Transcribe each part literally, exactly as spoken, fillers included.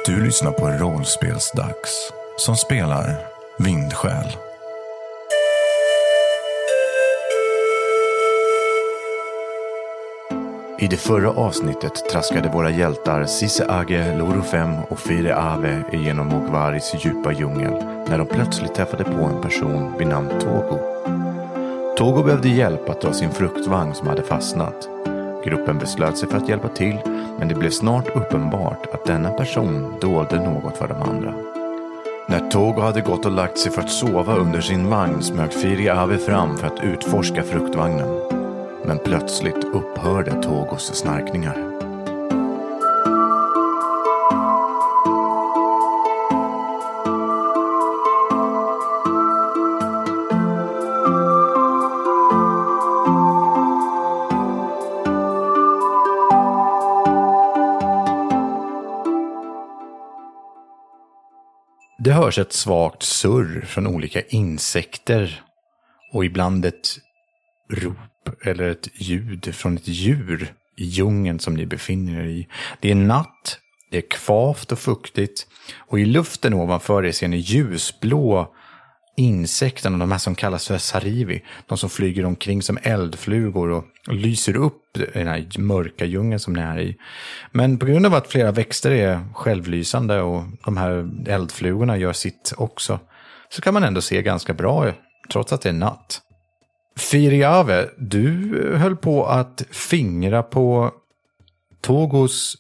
Du lyssnar på Rollspelsdags som spelar Vindsjäl. I det förra avsnittet traskade våra hjältar Sise-Age, Lorofem och Fire-Ave igenom Mogwaris djupa djungel när de plötsligt träffade på en person vid namn Togo. Togo behövde hjälp att dra sin fruktvagn som hade fastnat. Gruppen beslöt sig för att hjälpa till, men det blev snart uppenbart att denna person dolde något för de andra. När Togo hade gått och lagt sig för att sova under sin vagn smög Fire-Ave fram för att utforska fruktvagnen. Men plötsligt upphörde Togos snarkningar. Det hörs ett svagt surr från olika insekter och ibland ett rop eller ett ljud från ett djur i djungeln som ni befinner er i. Det är natt, det är kvavt och fuktigt och i luften ovanför er ser ni ljusblå insekterna, de här som kallas för sarivi, de som flyger omkring som eldflugor och lyser upp den här mörka djungeln som ni är i. Men på grund av att flera växter är självlysande och de här eldflugorna gör sitt också, så kan man ändå se ganska bra trots att det är natt. Fire-Ave, du höll på att fingra på Togos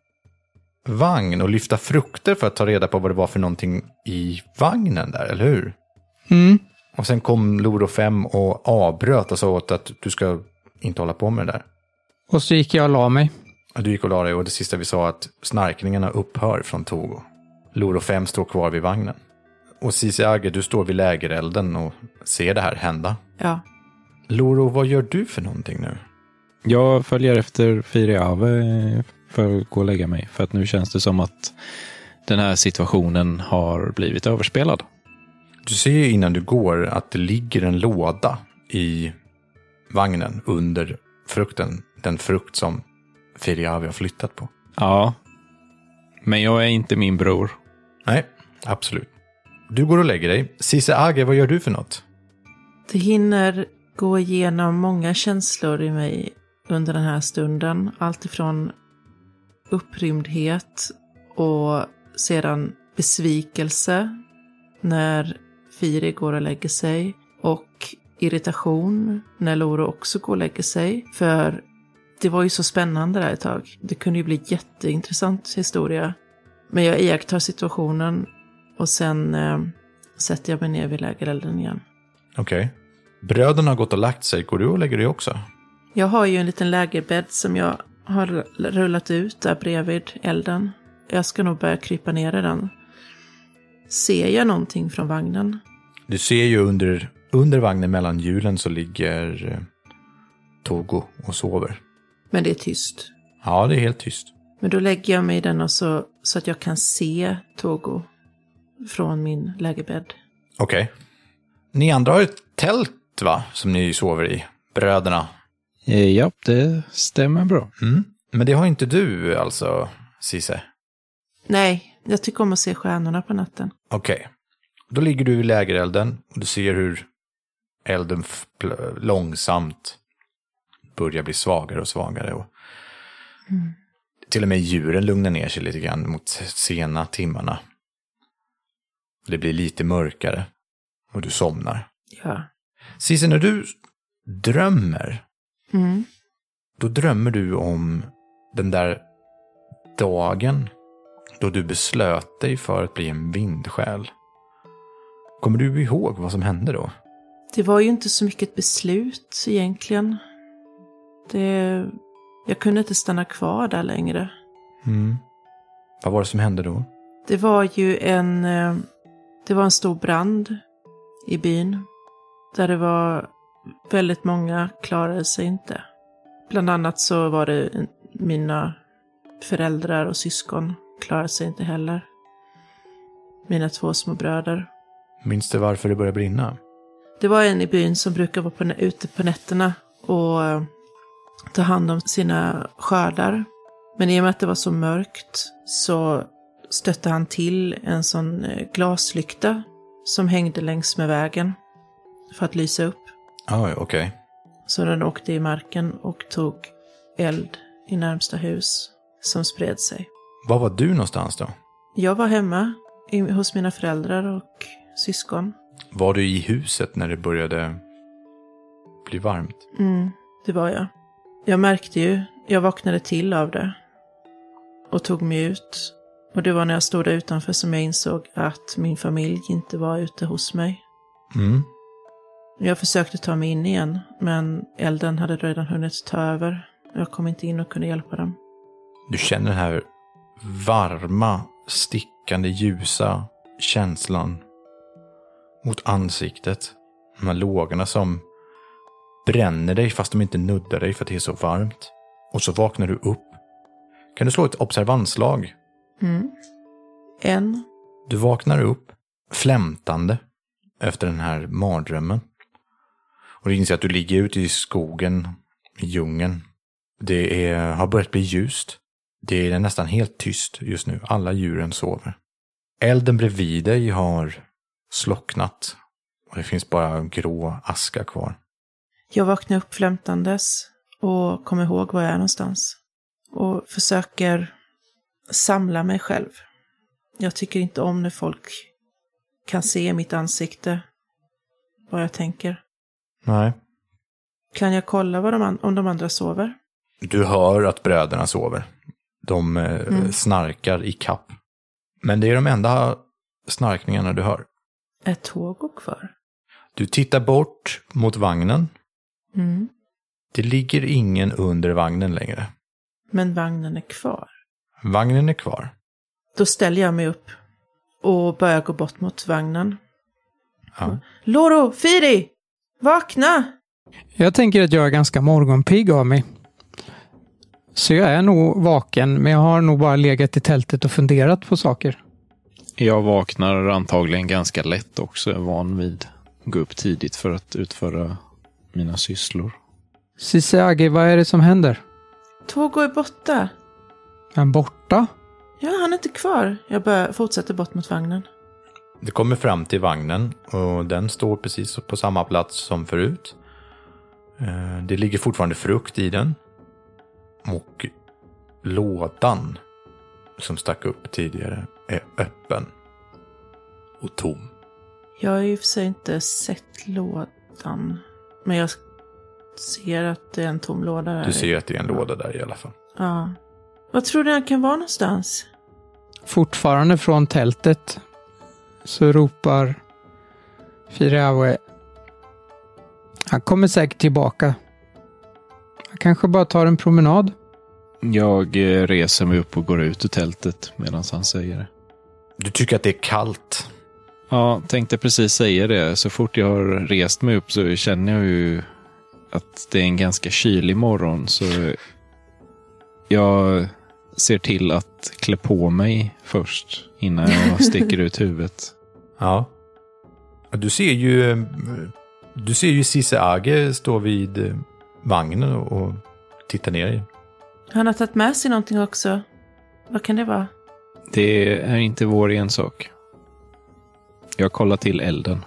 vagn och lyfta frukter för att ta reda på vad det var för någonting i vagnen där, eller hur? Mm. Och sen kom Lorofem och avbröt och sa åt att du ska inte hålla på med det där. Och så gick jag och la mig. Och du gick och la dig och det sista vi sa att snarkningarna upphör från Togo. Lorofem står kvar vid vagnen. Och Sise-Age, du står vid lägerelden och ser det här hända. Ja. Loro, vad gör du för någonting nu? Jag följer efter Fire-Ave för att gå och lägga mig. För att nu känns det som att den här situationen har blivit överspelad. Du ser ju innan du går att det ligger en låda i vagnen under frukten. Den frukt som Fire-Ave har flyttat på. Ja, men jag är inte min bror. Nej, absolut. Du går och lägger dig. Sise-Age, vad gör du för något? Det hinner gå igenom många känslor i mig under den här stunden. Allt ifrån upprymdhet och sedan besvikelse när Fire går och lägger sig. Och irritation när Loro också går och lägger sig. För det var ju så spännande där ett tag. Det kunde ju bli jätteintressant historia. Men jag iakttar situationen och sen eh, sätter jag mig ner vid lägerelden igen. Okej. Okay. Bröderna har gått och lagt sig. Går du och lägger dig också? Jag har ju en liten lägerbädd som jag har rullat ut där bredvid elden. Jag ska nog börja krypa ner i den. Ser jag någonting från vagnen? Du ser ju under, under vagnen mellan hjulen så ligger eh, Togo och sover. Men det är tyst. Ja, det är helt tyst. Men då lägger jag mig i den och så, så att jag kan se Togo från min lägerbädd. Okej. Okay. Ni andra har ett tält, va? Som ni sover i. Bröderna. Ja, det stämmer bra. Mm. Men det har inte du, alltså, Sise? Nej, jag tycker om att se stjärnorna på natten. Okej. Okay. Då ligger du vid lägerelden och du ser hur elden f- långsamt börjar bli svagare och svagare. Och mm. till och med djuren lugnar ner sig lite grann mot sena timmarna. Det blir lite mörkare och du somnar. Ja. Sise, när du drömmer, mm. då drömmer du om den där dagen då du beslöt dig för att bli en vindsjäl. Kommer du ihåg vad som hände då? Det var ju inte så mycket ett beslut egentligen. Det... Jag kunde inte stanna kvar där längre. Mm. Vad var det som hände då? Det var ju en... Det var en stor brand i byn. Där det var väldigt många klarade sig inte. Bland annat så var det mina föräldrar och syskon klarade sig inte heller. Mina två små bröder. Minns du varför det började brinna? Det var en i byn som brukar vara på, ute på nätterna och ta hand om sina skördar. Men i och med att det var så mörkt så stötte han till en sån glaslykta som hängde längs med vägen för att lysa upp. Ah, okej. Okay. Så den åkte i marken och tog eld i närmsta hus som spred sig. Var var du någonstans då? Jag var hemma i, hos mina föräldrar och syskon. Var du i huset när det började bli varmt? Mm, det var jag. Jag märkte ju, jag vaknade till av det och tog mig ut. Och det var när jag stod där utanför som jag insåg att min familj inte var ute hos mig. Mm. Jag försökte ta mig in igen, men elden hade redan hunnit ta över. Jag kom inte in och kunde hjälpa dem. Du känner den här varma, stickande, ljusa känslan mot ansiktet. De här lågorna som bränner dig fast de inte nuddar dig för att det är så varmt. Och så vaknar du upp. Kan du slå ett observanslag? Mm. En. Du vaknar upp flämtande efter den här mardrömmen. Och du inser att du ligger ute i skogen, i djungeln. Det är, har börjat bli ljust. Det är nästan helt tyst just nu. Alla djuren sover. Elden bredvid dig har slocknat. Och det finns bara grå aska kvar. Jag vaknar upp flämtandes och kommer ihåg var jag är någonstans. Och försöker samla mig själv. Jag tycker inte om när folk kan se mitt ansikte. Vad jag tänker. Nej. Kan jag kolla vad de an- om de andra sover? Du hör att bröderna sover. De eh, Mm. snarkar i kapp. Men det är de enda snarkningarna du hör. Är Togo kvar? Du tittar bort mot vagnen. Mm. Det ligger ingen under vagnen längre. Men vagnen är kvar. Vagnen är kvar. Då ställer jag mig upp och börjar gå bort mot vagnen. Ja. Loro, Firi! Vakna! Jag tänker att jag är ganska morgonpigg av mig. Så jag är nog vaken, men jag har nog bara legat i tältet och funderat på saker. Jag vaknar antagligen ganska lätt också. Jag är van vid att gå upp tidigt för att utföra mina sysslor. Sisagi, vad är det som händer? Togo är borta. Är han borta? Ja, han är inte kvar. Jag börjar fortsätta bort mot vagnen. Det kommer fram till vagnen och den står precis på samma plats som förut. Det ligger fortfarande frukt i den. Och lådan som stack upp tidigare är öppen och tom. Jag har ju i och för sig inte sett lådan. Men jag ser att det är en tom låda där. Du ser att det är en låda där i alla fall. Ja. Vad tror du han kan vara någonstans? Fortfarande från tältet så ropar Firiawe. Han kommer säkert tillbaka. Han kanske bara tar en promenad. Jag reser mig upp och går ut ur tältet medan han säger det. Du tycker att det är kallt. Ja, tänkte precis säga det. Så fort jag har rest mig upp så känner jag ju att det är en ganska kylig morgon. Så jag ser till att klä på mig först innan jag sticker ut huvudet. Ja. Du ser ju du ser ju Sisage stå vid vagnen och tittar ner i. Han har tagit med sig någonting också. Vad kan det vara? Det är inte vår ensak. Jag kollar till elden.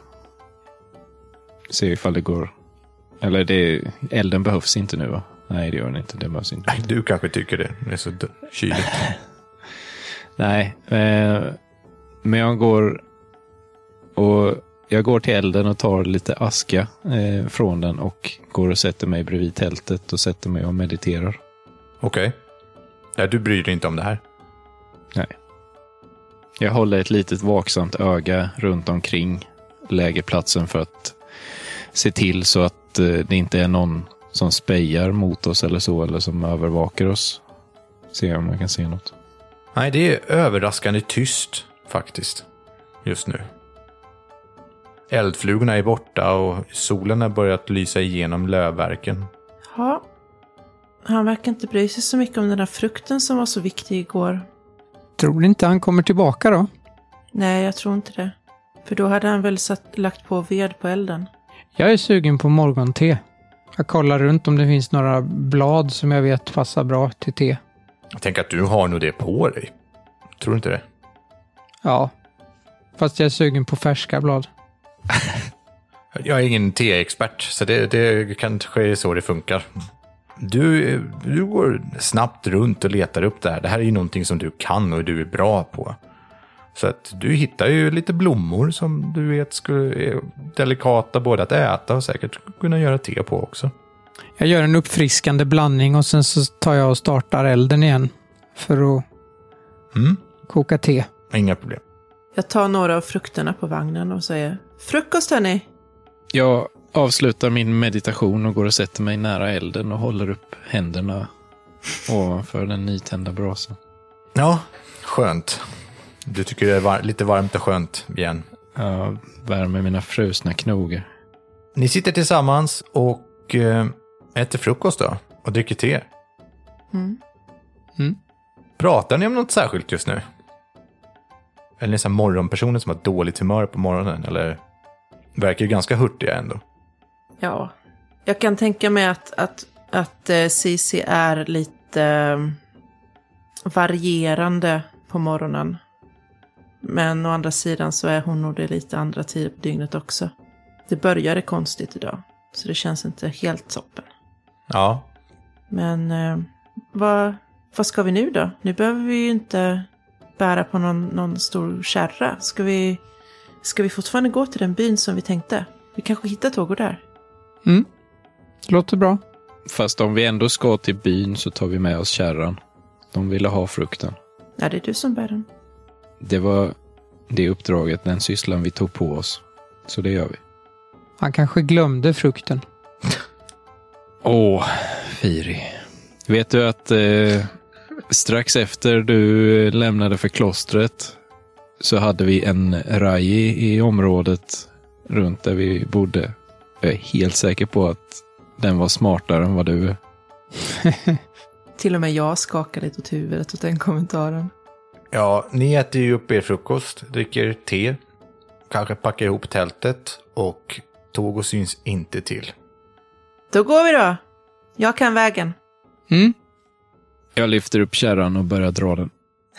Se ifall det går. Eller det, elden behövs inte nu, va? Nej, det gör den inte. Det behövs inte. Du kanske tycker det. Det är så kyligt. Nej, eh, men jag går och jag går till elden och tar lite aska eh, från den och går och sätter mig bredvid tältet och sätter mig och mediterar. Okej. Okay. Ja, du bryr dig inte om det här? Nej. Jag håller ett litet vaksamt öga runt omkring lägerplatsen för att se till så att eh, det inte är någon som spejar mot oss eller så, eller som övervakar oss. Se om man kan se något. Nej, det är överraskande tyst faktiskt just nu. Eldflugorna är borta och solen har börjat lysa igenom lövverken. Ja, han verkar inte bry sig så mycket om den där frukten som var så viktig igår. Tror du inte han kommer tillbaka då? Nej, jag tror inte det. För då hade han väl satt, lagt på ved på elden. Jag är sugen på morgonte. Jag kollar runt om det finns några blad som jag vet passar bra till te. Jag tänker att du har nog det på dig. Tror du inte det? Ja. Fast jag är sugen på färska blad. Jag är ingen te-expert, så det, det kanske är så det funkar. Du, du går snabbt runt och letar upp det här. Det här är ju någonting som du kan och du är bra på. Så att du hittar ju lite blommor som du vet skulle är delikata både att äta och säkert kunna göra te på också. Jag gör en uppfriskande blandning och sen så tar jag och startar elden igen för att Mm. koka te. Inga problem. Jag tar några av frukterna på vagnen och säger frukost hörni. Jag avslutar min meditation och går och sätter mig nära elden och håller upp händerna ovanför den nytända brasan. Ja, skönt. Du tycker det är var- lite varmt och skönt igen. Jag värmer mina frusna knogar. Ni sitter tillsammans och eh, äter frukost då och dricker te. Mm. Mm. Pratar ni om något särskilt just nu? Eller är ni så här morgonpersoner som har dåligt humör på morgonen? Eller verkar ju ganska hurtiga ändå. Ja, jag kan tänka mig att, att, att eh, Cici är lite eh, varierande på morgonen. Men å andra sidan så är hon nog det lite andra tider på dygnet också. Det började konstigt idag, så det känns inte helt toppen. Ja, Men eh, vad, vad ska vi nu då? Nu behöver vi ju inte bära på någon, någon stor kärra. Ska vi, ska vi fortfarande gå till den byn som vi tänkte? Vi kanske hittar Togo där. Mm. Låter bra. Fast om vi ändå ska till byn så tar vi med oss kärran. De ville ha frukten. Ja, det är du som bär den. Det var det uppdraget, den sysslan vi tog på oss. Så det gör vi. Han kanske glömde frukten. Åh, Firi. Vet du att eh, strax efter du lämnade för klostret så hade vi en raji i området runt där vi bodde. Jag är helt säker på att den var smartare än vad du är. Till och med jag skakar lite åt huvudet åt den kommentaren. ja, ni äter ju upp er frukost, dricker te, kanske packar ihop tältet och Togo syns inte till. Då går vi då. Jag kan vägen. Mm. Jag lyfter upp kärran och börjar dra den.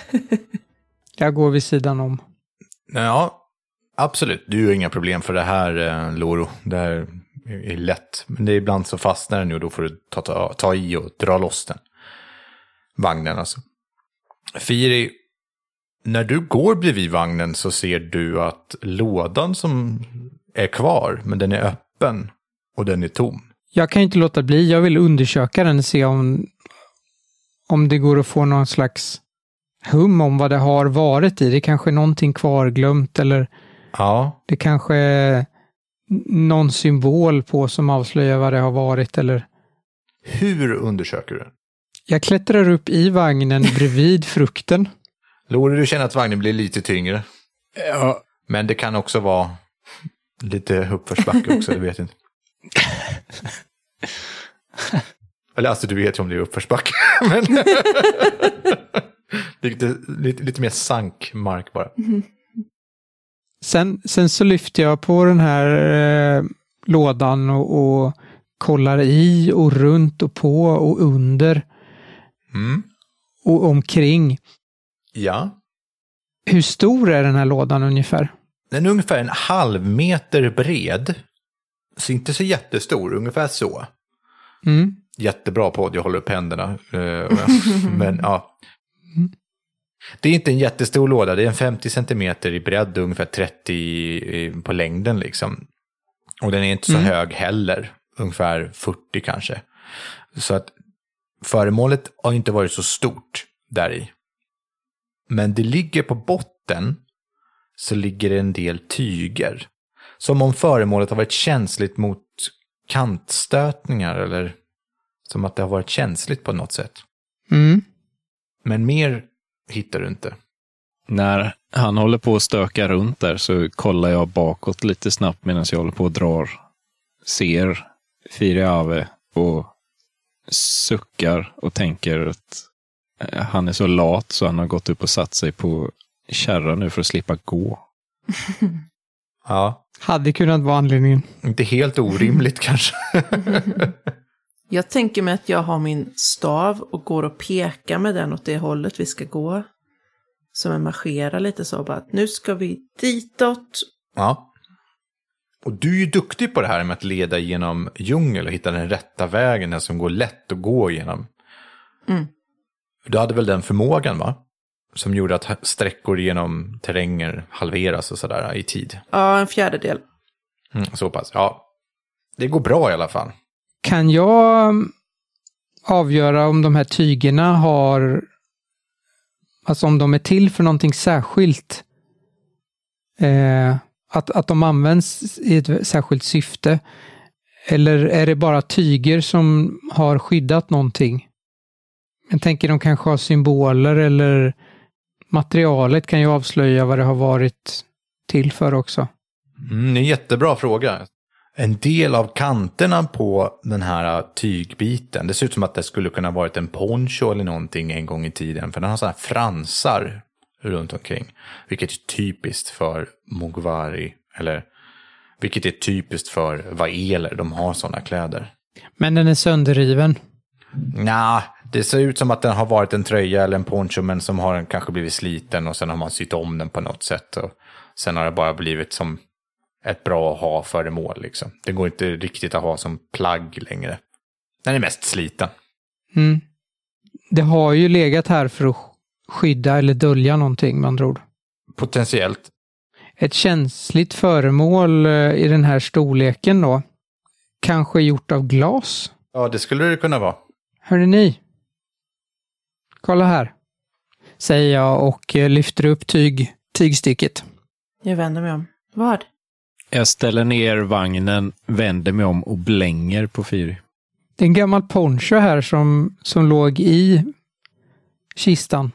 Jag går vid sidan om. Ja, absolut. Du har inga problem för det här, eh, Loro. Det här är lätt. Men det är ibland så fastnar den och då får du ta, ta, ta i och dra loss den. Vagnen alltså. Firi, när du går bredvid vagnen så ser du att lådan som är kvar, men den är öppen och den är tom. Jag kan inte låta bli. Jag vill undersöka den och se om, om det går att få någon slags hum om vad det har varit i. Det är kanske är någonting kvarglömt eller Ja, det kanske är någon symbol på som avslöjar vad det har varit. Eller... hur undersöker du? Jag klättrar upp i vagnen bredvid frukten. Loro, du känner att vagnen blir lite tyngre. Ja. Men det kan också vara lite uppförsbacke också, det vet jag inte. Eller alltså, du vet ju om det är uppförsbacke. Men lite, lite, lite mer sankmark bara. Sen, sen så lyfter jag på den här eh, lådan och, och kollar i och runt och på och under Mm. och omkring. Ja. Hur stor är den här lådan ungefär? Den är ungefär en halv meter bred. Så inte så jättestor, ungefär så. Mm. Jättebra podd, jag håller upp händerna. Men ja. Det är inte en jättestor låda, det är en femtio centimeter i bredd och ungefär trettio på längden liksom. Och den är inte så Mm. hög heller, ungefär fyrtio kanske. Så att föremålet har inte varit så stort där i. Men det ligger på botten så ligger det en del tyger. Som om föremålet har varit känsligt mot kantstötningar eller som att det har varit känsligt på något sätt. Mm. Men mer hittar du inte. När han håller på att stöka runt där så kollar jag bakåt lite snabbt medan jag håller på och drar. Ser Firiave och suckar och tänker att han är så lat så han har gått upp och satt sig på kärran nu för att slippa gå. Ja, Hade kunnat vara anledningen. inte helt orimligt kanske. Jag tänker mig att jag har min stav och går och pekar med den åt det hållet vi ska gå. som en marscherar lite så. Bara att nu ska vi ditåt. Ja. Och du är ju duktig på det här med att leda genom djungel och hitta den rätta vägen, den som går lätt att gå igenom. Mm. Du hade väl den förmågan, va? Som gjorde att sträckor genom terränger halveras och sådär i tid. Ja, en fjärdedel. Mm, så pass, ja. Det går bra i alla fall. Kan jag avgöra om de här tygerna har, alltså om de är till för någonting särskilt? Eh, att, att de används i ett särskilt syfte? Eller är det bara tyger som har skyddat någonting? Jag tänker de kanske har symboler, eller materialet kan ju avslöja vad det har varit till för också. Mm, det är en jättebra fråga. En del av kanterna på den här tygbiten, det ser ut som att det skulle kunna varit en poncho eller någonting en gång i tiden. För den har sådana här fransar runt omkring. Vilket är typiskt för Mogwari, eller vilket är typiskt för vaeler. De har sådana kläder. Men den är sönderriven. Nja, det ser ut som att den har varit en tröja eller en poncho, men som har kanske blivit sliten och sen har man sytt om den på något sätt. Och sen har det bara blivit som ett bra att ha föremål liksom. Det går inte riktigt att ha som plagg längre. Den är mest sliten. Mm. Det har ju legat här för att skydda eller dölja någonting, med andra ord. Potentiellt. Ett känsligt föremål i den här storleken då. Kanske gjort av glas. Ja, det skulle det kunna vara. Hörde ni? Kolla här. Säger jag och lyfter upp tyg, tygstycket. Jag vänder mig om. Vad? Jag ställer ner vagnen, vänder mig om och blänger på Firi. Det är en gammal poncho här som, som låg i kistan.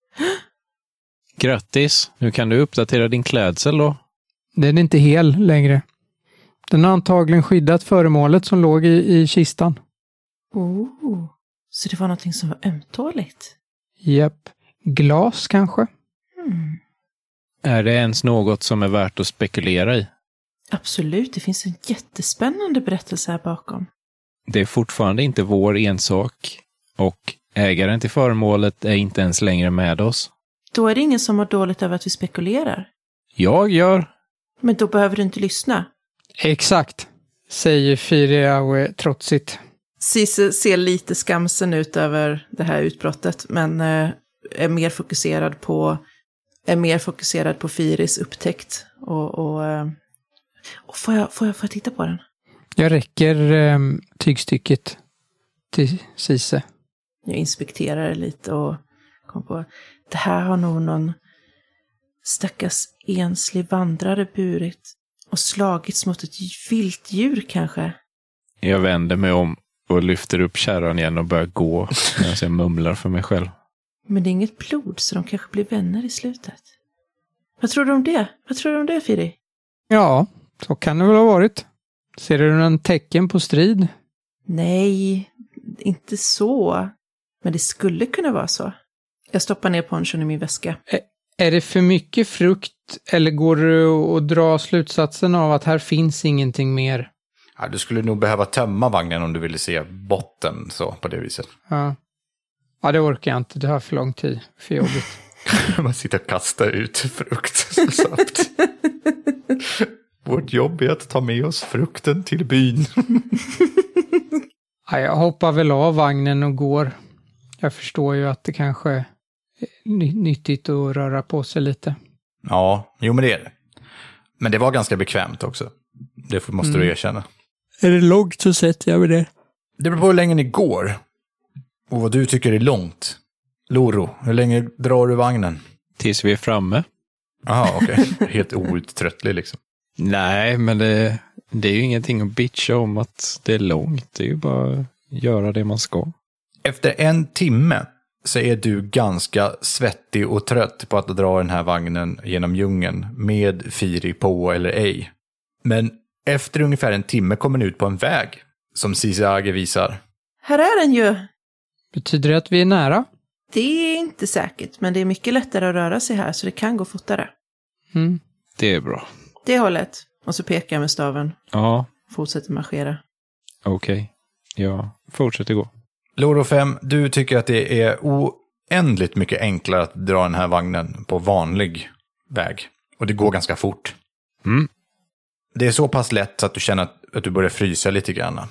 Grattis, nu kan du uppdatera din klädsel då. Den är inte hel längre. Den har antagligen skyddat föremålet som låg i, i kistan. Oh, så det var någonting som var ömtåligt? Japp. Glas kanske? Hmm. Är det ens något som är värt att spekulera i? Absolut, det finns en jättespännande berättelse här bakom. Det är fortfarande inte vår ensak. Och ägaren till föremålet är inte ens längre med oss. Då är det ingen som har dåligt över att vi spekulerar. Jag gör. Men då behöver du inte lyssna. Exakt, säger Firiawe trotsigt. Cisse ser lite skamsen ut över det här utbrottet, men eh, är mer fokuserad på är mer fokuserad på Firis upptäckt. Och, och, eh, och får, jag, får, jag, får jag titta på den? Jag räcker eh, tygstycket till Cisse. Jag inspekterar det lite och kom på det här har nog någon stackars enslig vandrare burit och slagits mot ett vilt djur kanske. Jag vänder mig om och lyfter upp kärran igen och börjar gå medan jag mumlar för mig själv. Men det är inget blod, så de kanske blir vänner i slutet. Vad tror du om det? Vad tror du om det, Firi? Ja, så kan det väl ha varit. Ser du någon tecken på strid? Nej, inte så. Men det skulle kunna vara så. Jag stoppar ner ponchon i min väska. Ä- är det för mycket frukt, eller går det att dra slutsatsen av att här finns ingenting mer? Ja, du skulle nog behöva tömma vagnen om du ville se botten så på det viset. Ja. Ja, det orkar jag inte. Det har för lång tid. För jobbigt. Man sitter och kastar ut frukt så snabbt. Vårt jobb är att ta med oss frukten till byn. Ja, jag hoppar väl av vagnen och går. Jag förstår ju att det kanske är ny- nyttigt att röra på sig lite. Ja, jo men det är det. Men det var ganska bekvämt också. Det måste Mm. du erkänna. Är det långt så sätter jag med det. Det beror på hur länge ni går. Och vad du tycker är långt. Loro, hur länge drar du vagnen? Tills vi är framme. Jaha, okej. Okay. Helt outtröttlig liksom. Nej, men det, det är ju ingenting att bitcha om att det är långt. Det är ju bara att göra det man ska. Efter en timme så är du ganska svettig och trött på att dra den här vagnen genom djungeln med Firi på eller ej. Men efter ungefär en timme kommer ni ut på en väg som Sisage visar. Här är den ju. Betyder det att vi är nära? Det är inte säkert, men det är mycket lättare att röra sig här så det kan gå fortare. Mm. Det är bra. Det hållet. Och så pekar jag med staven. Ja, Fortsätter marschera. okej. Okay. Ja, fortsätter gå. Loro fem, du tycker att det är oändligt mycket enklare att dra den här vagnen på vanlig väg. Och det går ganska fort. Mm. Det är så pass lätt så att du känner att, att du börjar frysa lite grann.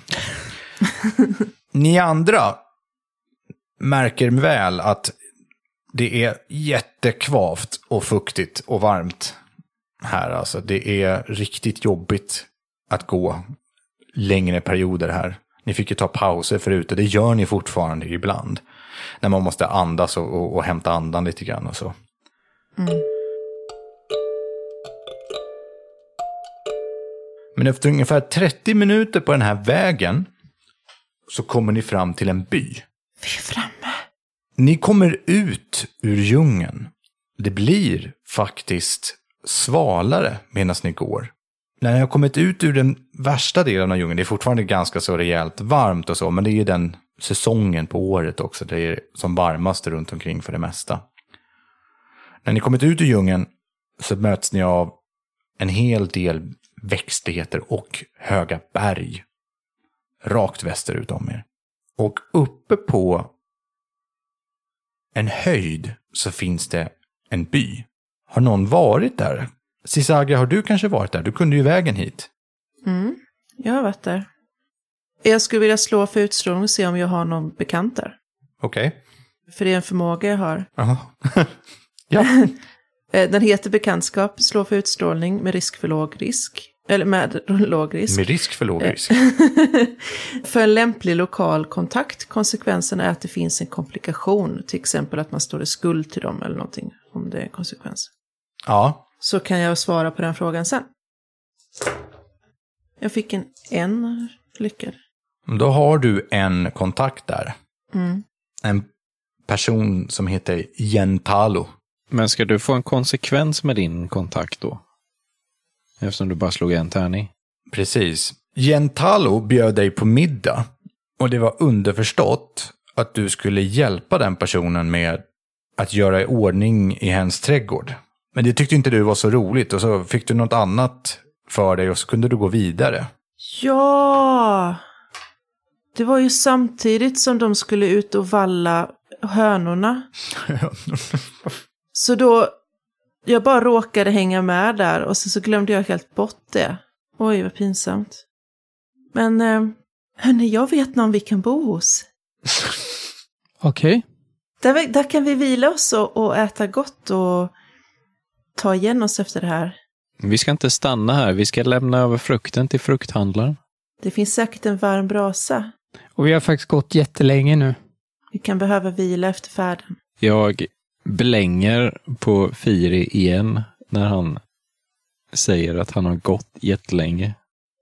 Ni andra märker väl att det är jättekvavt och fuktigt och varmt här. Alltså, det är riktigt jobbigt att gå längre perioder här. Ni fick ju ta pauser förut och det gör ni fortfarande ibland. När man måste andas och, och, och hämta andan lite grann och så. Mm. Men efter ungefär trettio minuter på den här vägen så kommer ni fram till en by. Vi är framme. Ni kommer ut ur djungeln. Det blir faktiskt svalare medan ni går. När ni har kommit ut ur den värsta delen av djungeln, det är fortfarande ganska så rejält varmt och så, men det är ju den säsongen på året också. Det är som varmast runt omkring för det mesta. När ni kommit ut ur djungeln så möts ni av en hel del växtligheter och höga berg rakt västerut om er. Och uppe på en höjd så finns det en by. Har någon varit där? Sisaga, har du kanske varit där? Du kunde ju vägen hit. Mm, jag har varit där. Jag skulle vilja slå för utstrålning och se om jag har någon bekant där. Okej. Okay. För det är en förmåga jag har. Aha. Ja. Den heter bekantskap, slå för utstrålning med risk för låg risk. Eller med låg risk. Med risk för låg risk. För en lämplig lokal kontakt. Konsekvensen är att det finns en komplikation. Till exempel att man står i skuld till dem eller någonting. Om det är konsekvens. Ja. Så kan jag svara på den frågan sen. Jag fick en en lyckad. Då har du en kontakt där. Mm. En person som heter Jentalo. Men ska du få en konsekvens med din kontakt då? Eftersom du bara slog en tärning. Precis. Jentalo bjöd dig på middag. Och det var underförstått att du skulle hjälpa den personen med att göra i ordning i hens trädgård. Men det tyckte inte du var så roligt. Och så fick du något annat för dig och så kunde du gå vidare. Ja! Det var ju samtidigt som de skulle ut och valla hönorna. Så då, jag bara råkade hänga med där och så, så glömde jag helt bort det. Oj, vad pinsamt. Men, eh, hörni, jag vet någon vi kan bo hos. Okej. Okay. Där, där kan vi vila oss och, och äta gott och ta igen oss efter det här. Vi ska inte stanna här, vi ska lämna över frukten till frukthandlaren. Det finns säkert en varm brasa. Och vi har faktiskt gått jättelänge nu. Vi kan behöva vila efter färden. Jag blänger på Firi igen när han säger att han har gått jättelänge.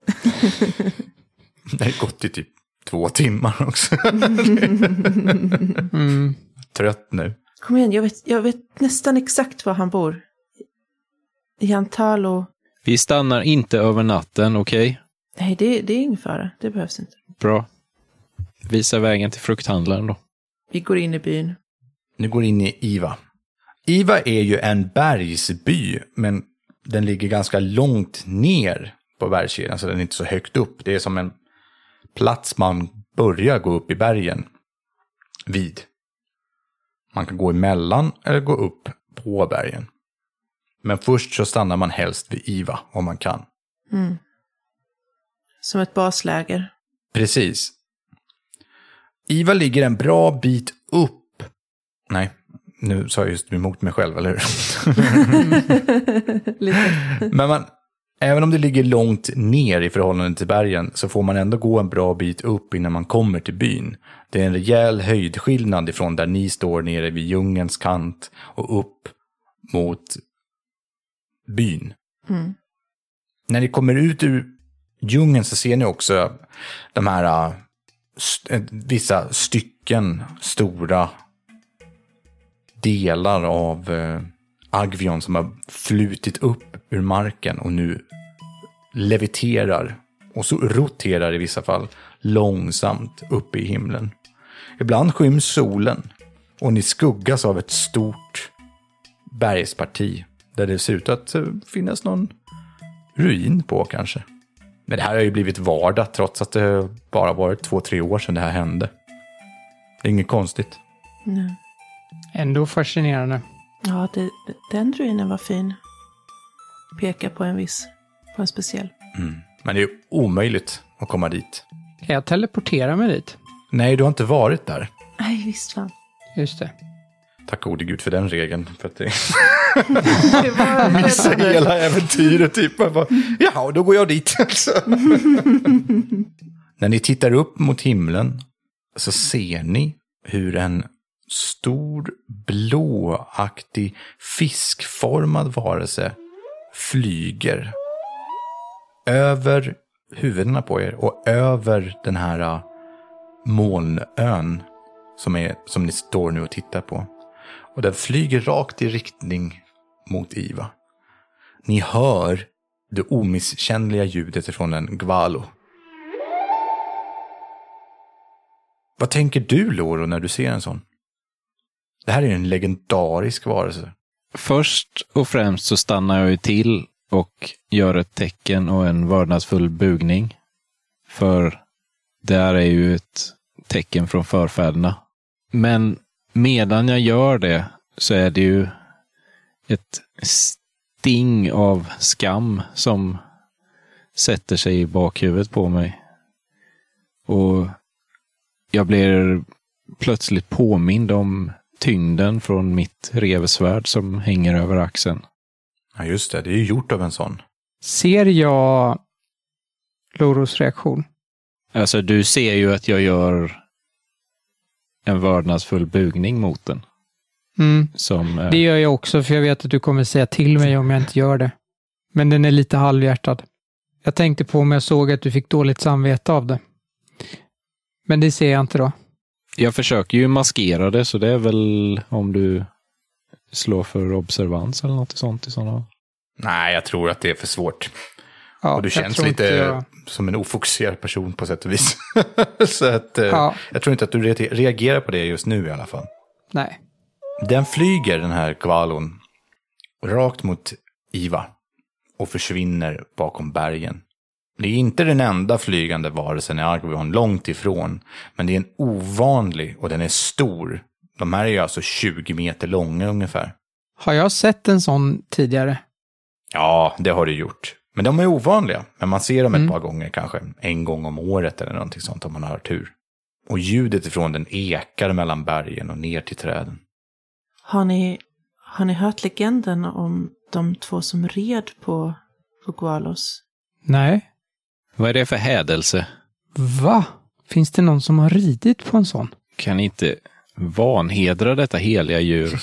Det har gått i typ två timmar också. mm. Trött nu. Kom igen, jag vet, jag vet nästan exakt var han bor. Jentalo. Vi stannar inte över natten, okej? Okay? Nej, det, det är ingen fara. Det behövs inte. Bra. Visa vägen till frukthandlaren då. Vi går in i byn. Nu går in i Iva. Iva är ju en bergsby, men den ligger ganska långt ner på bergskedjan, så den är inte så högt upp. Det är som en plats man börjar gå upp i bergen vid. Man kan gå emellan eller gå upp på bergen. Men först så stannar man helst vid Iva om man kan. Mm. Som ett basläger. Precis. Iva ligger en bra bit upp. Nej, nu sa jag just emot mig själv, eller hur? Lite. Men man, även om det ligger långt ner i förhållande till bergen så får man ändå gå en bra bit upp innan man kommer till byn. Det är en rejäl höjdskillnad ifrån där ni står nere vid djungelns kant och upp mot byn. Mm. När ni kommer ut ur djungeln så ser ni också de här st- vissa stycken stora delar av eh, Agvion som har flutit upp ur marken och nu leviterar och så roterar i vissa fall långsamt uppe i himlen. Ibland skyms solen och ni skuggas av ett stort bergsparti där det ser ut att finnas någon ruin på kanske. Men det här har ju blivit vardag trots att det bara varit två, tre år sedan det här hände. Det är inget konstigt. Nej. Ändå fascinerande. Ja, det, den druiden var fin. Pekar på en viss, på en speciell. Mm. Men det är ju omöjligt att komma dit. Kan jag teleportera mig dit? Nej, du har inte varit där. Nej, visst fan. Just det. Tack gode gud för den regeln. För att det Det var missar hela äventyret. Typ. Bara, jaha, då går jag dit. När ni tittar upp mot himlen så ser ni hur en stor blåaktig fiskformad varelse flyger över huvudena på er och över den här molnön som, är, som ni står nu och tittar på. Och den flyger rakt i riktning mot Iva. Ni hör det omisskännliga ljudet från en Gvalo. Vad tänker du, Loro, när du ser en sån? Det här är en legendarisk varelse. Först och främst så stannar jag ju till och gör ett tecken och en vördnadsfull bugning. För det här är ju ett tecken från förfäderna. Men medan jag gör det så är det ju ett sting av skam som sätter sig i bakhuvudet på mig. Och jag blir plötsligt påmind om tyngden från mitt revsvärd som hänger över axeln. Ja, just det. Det är ju gjort av en sån. Ser jag Loros reaktion? Alltså, du ser ju att jag gör en vördnadsfull bugning mot den. Mm. Som, eh... Det gör jag också, för jag vet att du kommer säga till mig om jag inte gör det. Men den är lite halvhjärtad. Jag tänkte på om jag såg att du fick dåligt samvete av det. Men det ser jag inte då. Jag försöker ju maskera det, så det är väl om du slår för observans eller något sånt i sådana. Nej, jag tror att det är för svårt. Ja, och du känns lite jag... som en ofokuserad person på sätt och vis. Så att, ja. Jag tror inte att du reagerar på det just nu i alla fall. Nej. Den flyger, den här Gvalon, rakt mot Iva och försvinner bakom bergen. Det är inte den enda flygande varelsen i Argvion, långt ifrån. Men det är en ovanlig och den är stor. De här är ju alltså tjugo meter långa ungefär. Har jag sett en sån tidigare? Ja, det har du gjort. Men de är ovanliga. Men man ser dem ett mm. par gånger, kanske en gång om året eller någonting sånt om man har tur. Och ljudet ifrån den ekar mellan bergen och ner till träden. Har ni, har ni hört legenden om de två som red på, på Gvalos? Nej. Vad är det för hädelse? Va? Finns det någon som har ridit på en sån? Kan inte vanhedra detta heliga djur?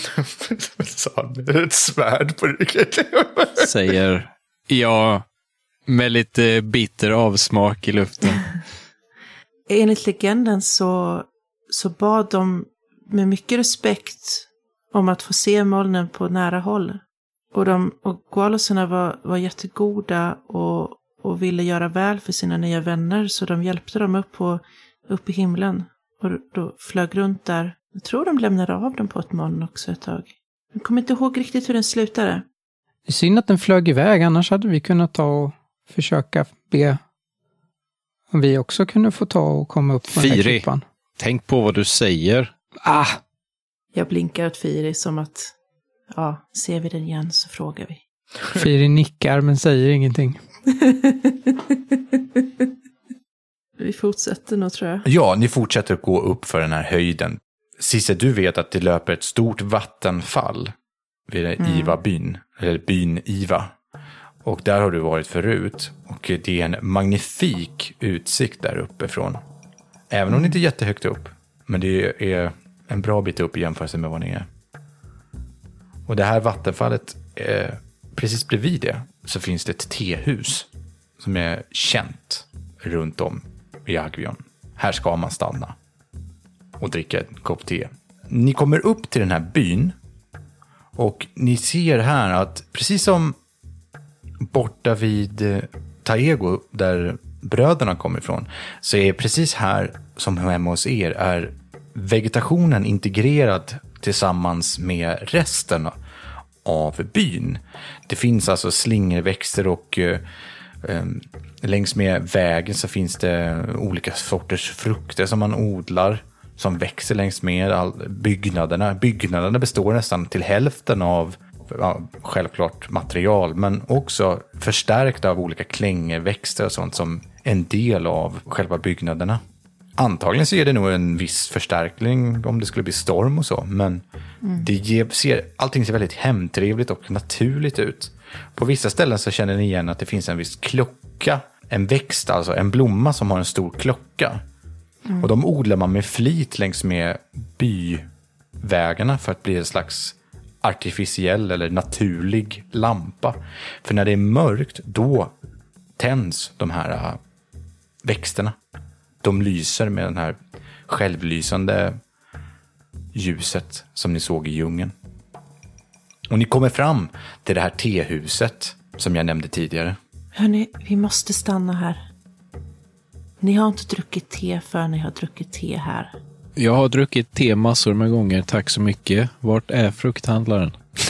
Ett svärd på ryggen. Säger jag med lite bitter avsmak i luften. Enligt legenden så, så bad de med mycket respekt om att få se molnen på nära håll. Och, de, och Gvalosarna var, var jättegoda och, och ville göra väl för sina nya vänner. Så de hjälpte dem upp, på, upp i himlen. Och då flög runt där. Jag tror de lämnade av dem på ett moln också ett tag. Jag kommer inte ihåg riktigt hur den slutade. Det är synd att den flög iväg. Annars hade vi kunnat ta och försöka be om vi också kunde få ta och komma upp på den här klippan. Tänk på vad du säger. Ah! Jag blinkar åt Firi som att, ja, ser vi den igen så frågar vi. Firi nickar men säger ingenting. Vi fortsätter nog, tror jag. Ja, ni fortsätter att gå upp för den här höjden. Cisse, du vet att det löper ett stort vattenfall vid mm. Iva-byn, eller byn Iva. Och där har du varit förut. Och det är en magnifik utsikt där uppifrån. Även om det inte är jättehögt upp. Men det är en bra bit upp i jämförelse med vad ni är. Och det här vattenfallet, eh, precis bredvid det så finns det ett tehus som är känt runt om i Argvion. Här ska man stanna och dricka en kopp te. Ni kommer upp till den här byn och ni ser här att precis som borta vid Taego där bröderna kommer ifrån, så är precis här som hemma hos er är vegetationen integrerad tillsammans med resten av byn. Det finns alltså slingerväxter och eh, längs med vägen så finns det olika sorters frukter som man odlar. som växer längs med all byggnaderna. Byggnaderna består nästan till hälften av ja, självklart material, men också förstärkta av olika klängeväxter och sånt som en del av själva byggnaderna. Antagligen så är det nog en viss förstärkning om det skulle bli storm och så, men mm. det ger, ser, allting ser väldigt hemtrevligt och naturligt ut. På vissa ställen så känner ni igen att det finns en viss klocka, en växt, alltså en blomma som har en stor klocka. Mm. Och de odlar man med flit längs med byvägarna för att bli en slags artificiell eller naturlig lampa. För när det är mörkt, då tänds de här uh, växterna. De lyser med den här självlysande ljuset som ni såg i djungeln. Och ni kommer fram till det här tehuset som jag nämnde tidigare. Hörrni, vi måste stanna här. Ni har inte druckit te för ni har druckit te här. Jag har druckit te massor med gånger, tack så mycket. Vart är frukthandlaren?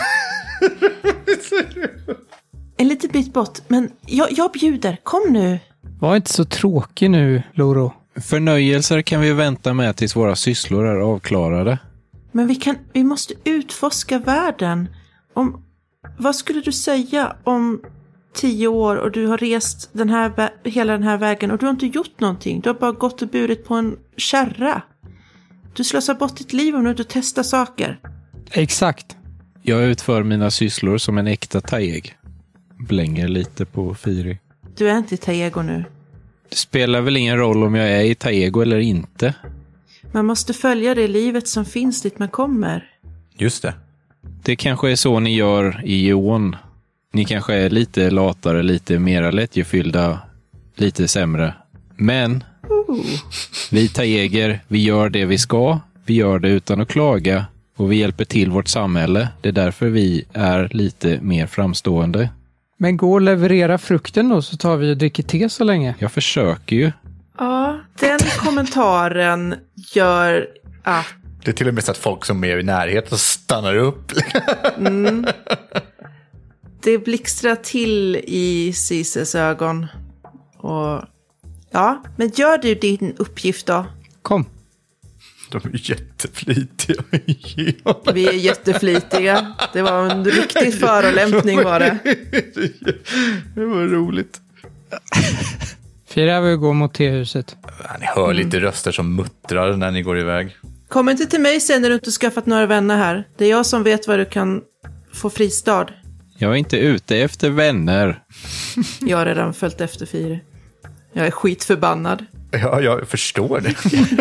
En liten bit bort, men jag, jag bjuder. Kom nu. Var inte så tråkig nu, Loro. Förnöjelser kan vi vänta med tills våra sysslor är avklarade. Men vi kan, vi måste utforska världen. Om, vad skulle du säga om tio år och du har rest den här, hela den här vägen och du har inte gjort någonting. Du har bara gått och burit på en kärra. Du slösar bort ditt liv om du inte testar saker. Exakt. Jag utför mina sysslor som en äkta Taeg. Blänger lite på Firi. Du är inte i Taego nu. Det spelar väl ingen roll om jag är i Taego eller inte. Man måste följa det livet som finns dit man kommer. Just det. Det kanske är så ni gör i Joon. Ni kanske är lite latare, lite mera lättgefyllda, lite sämre. Men uh. vi Taeger, vi gör det vi ska. Vi gör det utan att klaga. Och vi hjälper till vårt samhälle. Det är därför vi är lite mer framstående. Men gå och leverera frukten då så tar vi och dricker te så länge. Jag försöker ju. Ja, den kommentaren gör att... Det är till och med så att folk som är i närheten stannar upp. Mm. Det blixtrar till i Cises ögon. Och ja, men gör du din uppgift då? Kom. De är jätteflitiga. Vi är jätteflitiga. Det var en riktig förolämpning var det. Det var roligt. Fyra vill gå mot tehuset. Ni hör mm. lite röster som muttrar när ni går iväg. Kom inte till mig sen när du inte skaffat några vänner här. Det är jag som vet var du kan få fristad. Jag är inte ute efter vänner. Jag har redan följt efter Fyra. Jag är skitförbannad. Ja, jag förstår det.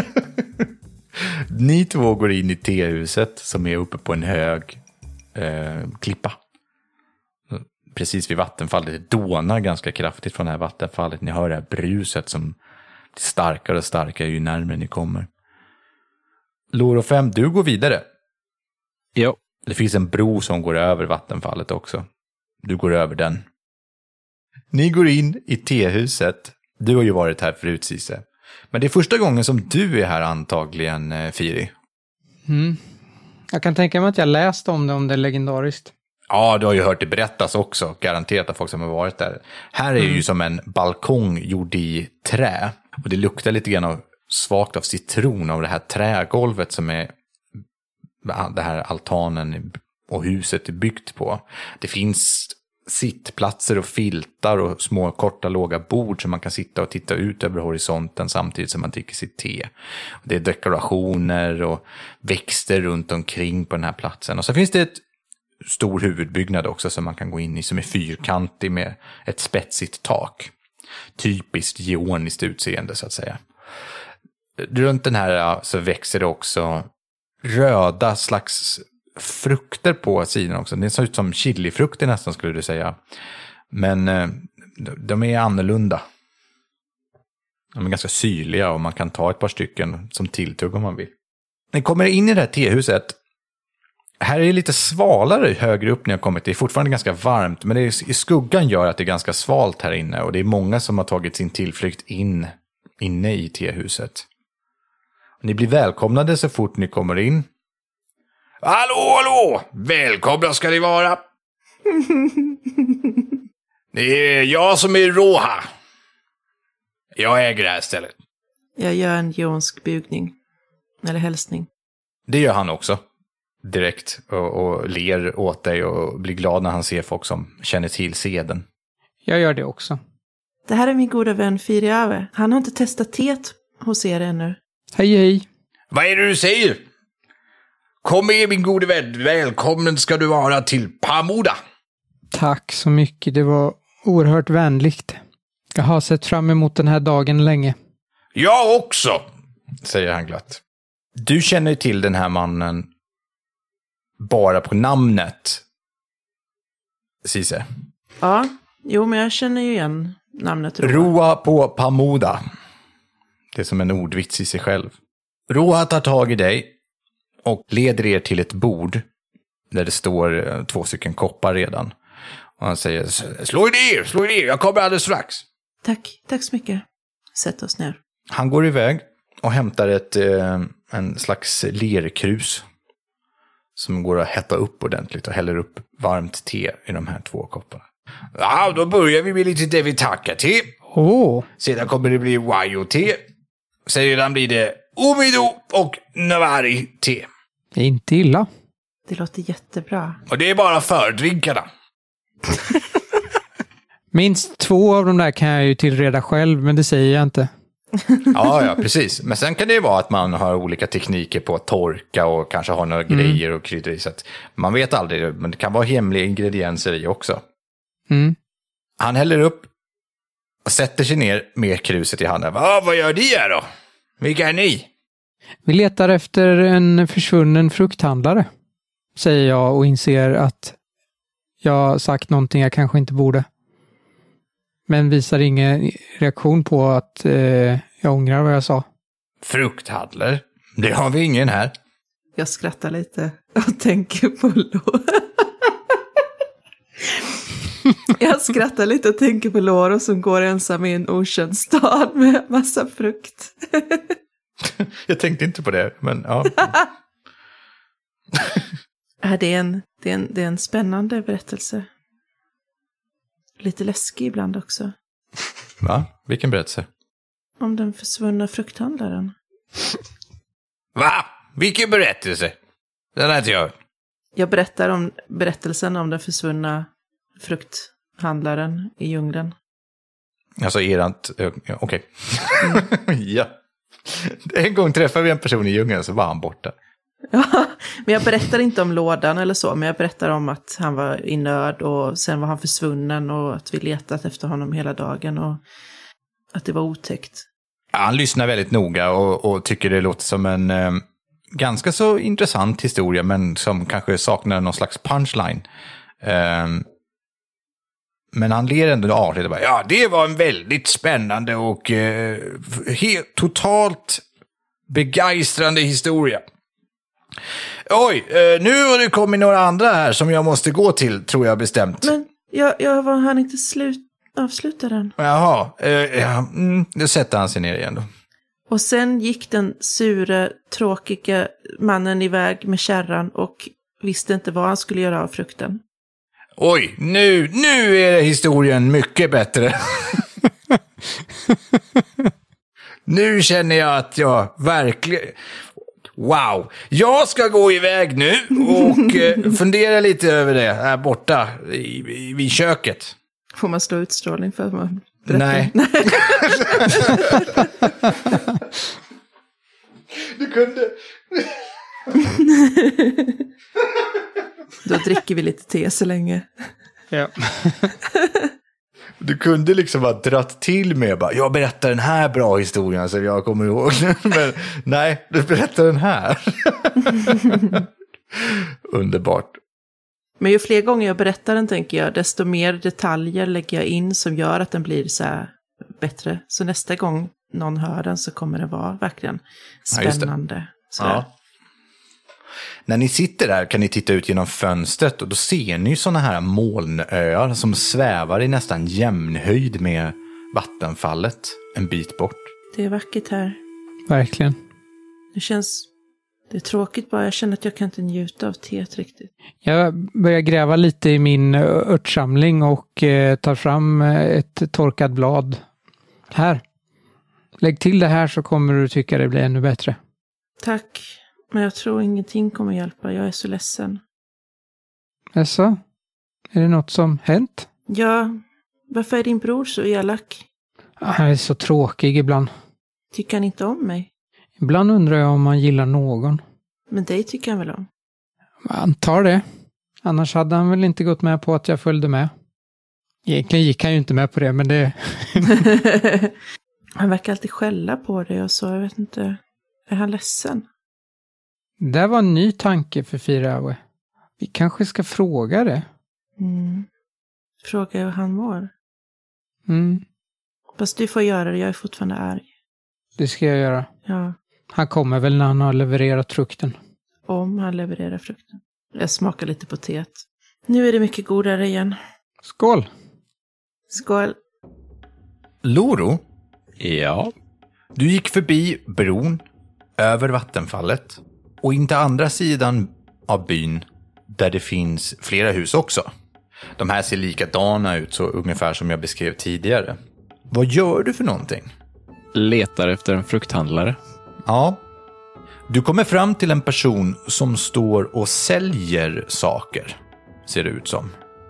Ni två går in i tehuset som är uppe på en hög eh, klippa. Precis vid vattenfallet. Det dånar ganska kraftigt från det här vattenfallet. Ni hör det här bruset som blir starkare och starkare ju närmare ni kommer. Loro fem, du går vidare. Ja. Det finns en bro som går över vattenfallet också. Du går över den. Ni går in i tehuset. Du har ju varit här förut, Cise. Men det är första gången som du är här antagligen, Firi. Mm. Jag kan tänka mig att jag läst om det, om det är legendariskt. Ja, du har ju hört det berättas också. Garanterat av folk som har varit där. Här är mm. ju som en balkong gjord i trä. Och det luktar lite grann av, svagt av citron av det här trägolvet som är det här altanen och huset är byggt på. Det finns sittplatser och filtar och små korta låga bord som man kan sitta och titta ut över horisonten samtidigt som man dricker sitt te. Det är dekorationer och växter runt omkring på den här platsen. Och så finns det ett stor huvudbyggnad också som man kan gå in i som är fyrkantig med ett spetsigt tak. Typiskt geoniskt utseende så att säga. Runt den här så växer det också röda slags frukter på sidan också. Det ser ut som chilifrukter nästan skulle du säga. Men eh, de är annorlunda. De är ganska syrliga och man kan ta ett par stycken som tilltugg om man vill. Ni kommer in i det här tehuset. Här är det lite svalare högre upp när jag kommit. Det är fortfarande ganska varmt men det är, i skuggan gör att det är ganska svalt här inne. Och det är många som har tagit sin tillflykt in inne i tehuset. Ni blir välkomnade så fort ni kommer in. Hallå, hallå! Välkomna ska ni vara. Det är jag som är Roha. Jag äger det här stället. Jag gör en jonsk bugning. Eller hälsning. Det gör han också. Direkt. Och, och ler åt dig och blir glad när han ser folk som känner till seden. Jag gör det också. Det här är min goda vän Firiave. Han har inte testat teet hos er ännu. Hej, hej. Vad är det du säger? Kom med min gode vän. Välkommen ska du vara till Pamoda. Tack så mycket. Det var oerhört vänligt. Jag har sett fram emot den här dagen länge. Jag också, säger han glatt. Du känner till den här mannen bara på namnet, Cise. Ja, jo men jag känner ju igen namnet Roa. Roa på Pamoda. Det är som en ordvits i sig själv. Roa tar tag i dig och leder er till ett bord där det står två stycken koppar redan. Och han säger, slå i ner, slå i ner, jag kommer alldeles strax. Tack, tack så mycket. Sätt oss ner. Han går iväg och hämtar ett, eh, en slags lerkrus som går att hetta upp ordentligt och häller upp varmt te i de här två kopparna. Ja, då börjar vi med lite Devitaka-te. Åh, Sedan kommer det bli Wayo-te. Sedan blir det Umido och Navari-te. det är inte illa. Det låter jättebra. Och det är bara fördrinkarna. Minst två av de där kan jag ju tillreda själv, men det säger jag inte. Ja, ja, precis. Men sen kan det ju vara att man har olika tekniker på att torka och kanske har några mm. grejer och kryddor i. Så att man vet aldrig, men det kan vara hemliga ingredienser i också. Mm. Han häller upp och sätter sig ner med kruset i handen. Va, vad gör ni här då? Vilka är ni? Vi letar efter en försvunnen frukthandlare, säger jag och inser att jag har sagt någonting jag kanske inte borde. Men visar ingen reaktion på att eh, jag ångrar vad jag sa. Frukthandlare? Det har vi ingen här. Jag skrattar lite och tänker på Lår. Jag skrattar lite och tänker på Lår som går ensam i en okänd stad med massa frukt. Jag tänkte inte på det, men ja. det, är en, det, är en, det är en spännande berättelse. Lite läskig ibland också. Va? Vilken berättelse? Om den försvunna frukthandlaren. Va? Vilken berättelse? Den har inte jag. Jag berättar om berättelsen om den försvunna frukthandlaren i djungeln. Alltså erant... Okej. Okay. Mm. Ja. En gång träffade vi en person i djungeln så var han borta. Ja, men jag berättar inte om lådan eller så, men jag berättar om att han var i nöd och sen var han försvunnen och att vi letat efter honom hela dagen och att det var otäckt. Ja, han lyssnar väldigt noga och, och tycker det låter som en eh, ganska så intressant historia, men som kanske saknar någon slags punchline. Eh, men han ler ändå artigt och bara, ja, det var en väldigt spännande och eh, helt, totalt begeistrande historia. Oj, nu har det kommit några andra här som jag måste gå till, tror jag bestämt. Men jag, jag var han inte slut, avsluta den. Jaha, eh, ja, mm, då sätter han sig ner igen då. Och sen gick den sura, tråkiga mannen iväg med kärran och visste inte vad han skulle göra av frukten. Oj, nu, nu är historien mycket bättre. Nu känner jag att jag verkligen... Wow, jag ska gå iväg nu och eh, fundera lite över det här borta i, i, vid köket. Får man slå utstrålning för att man berättar? Nej. Du kunde... Då dricker vi lite te så länge. Ja. Du kunde liksom ha dratt till med bara, jag berättar den här bra historien så jag kommer ihåg. Men nej, du berättar den här. Underbart. Men ju fler gånger jag berättar den, tänker jag, desto mer detaljer lägger jag in som gör att den blir så här bättre. Så nästa gång någon hör den så kommer det vara verkligen spännande. Ja, ja. När ni sitter där kan ni titta ut genom fönstret och då ser ni såna här molnöar som svävar i nästan jämnhöjd med vattenfallet en bit bort. Det är vackert här. Verkligen. Det känns... Det är tråkigt bara. Jag känner att jag kan inte njuta av teet riktigt. Jag börjar gräva lite i min örtsamling och eh, tar fram ett torkat blad. Här. Lägg till det här så kommer du tycka det blir ännu bättre. Tack, men jag tror ingenting kommer hjälpa. Jag är så ledsen. Jaså? Är det något som hänt? Ja, varför är din bror så elak? Han är så tråkig ibland. Tycker han inte om mig? Ibland undrar jag om han gillar någon. Men dig tycker han väl om? Jag antar det. Annars hade han väl inte gått med på att jag följde med. Egentligen gick han ju inte med på det, men det... Han verkar alltid skälla på dig och så, jag vet inte. Är han ledsen? Det var en ny tanke för Firawe. Vi kanske ska fråga det. Mm. Fråga hur han mår. Mm, Fast du får göra det, jag är fortfarande arg. det ska jag göra. Ja, Han kommer väl när han har levererat frukten. om han levererar frukten. Jag smakar lite på teet. Nu är det mycket godare igen. Skål! Skål. Loro, Ja. du gick förbi bron över vattenfallet och in till andra sidan av byn där det finns flera hus också. De här ser likadana ut, så ungefär som jag beskrev tidigare. Vad gör du för någonting? Letar efter en frukthandlare. Ja, du kommer fram till en person som står och säljer saker, ser det ut som.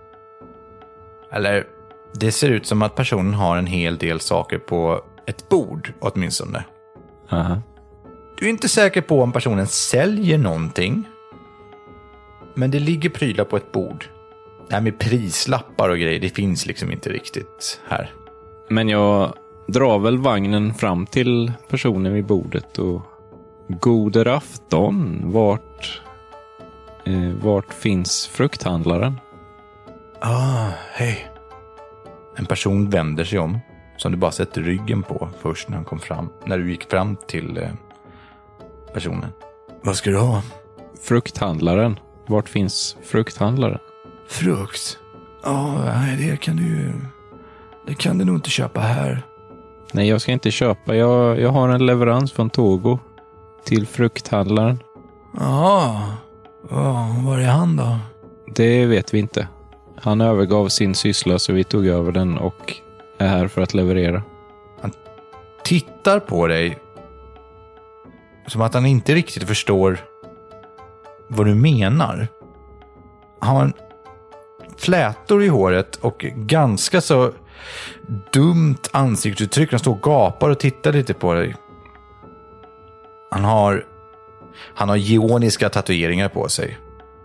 Eller, det ser ut som att personen har en hel del saker på ett bord, åtminstone. Aha. Du är inte säker på om personen säljer någonting, men det ligger prylar på ett bord. Det här med prislappar och grejer, det finns liksom inte riktigt här. Men jag drar väl vagnen fram till personen vid bordet och... Goder afton, vart... Eh, vart finns frukthandlaren? Ah, hej. En person vänder sig om, som du bara sett ryggen på först när han kom fram. När du gick fram till eh, personen. Vad ska du ha? Frukthandlaren. Vart finns frukthandlaren? Frukt? Ja, nej, det kan du Det kan du nog inte köpa här. Nej, jag ska inte köpa. Jag, jag har en leverans från Togo till frukthandlaren. Ja, var är han då? Det vet vi inte. Han övergav sin syssla så vi tog över den och är här för att leverera. Han tittar på dig som att han inte riktigt förstår vad du menar. Han har flätor i håret och ganska så dumt ansiktsuttryck. Han står och gapar och tittar lite på dig. Han har han har geoniska tatueringar på sig.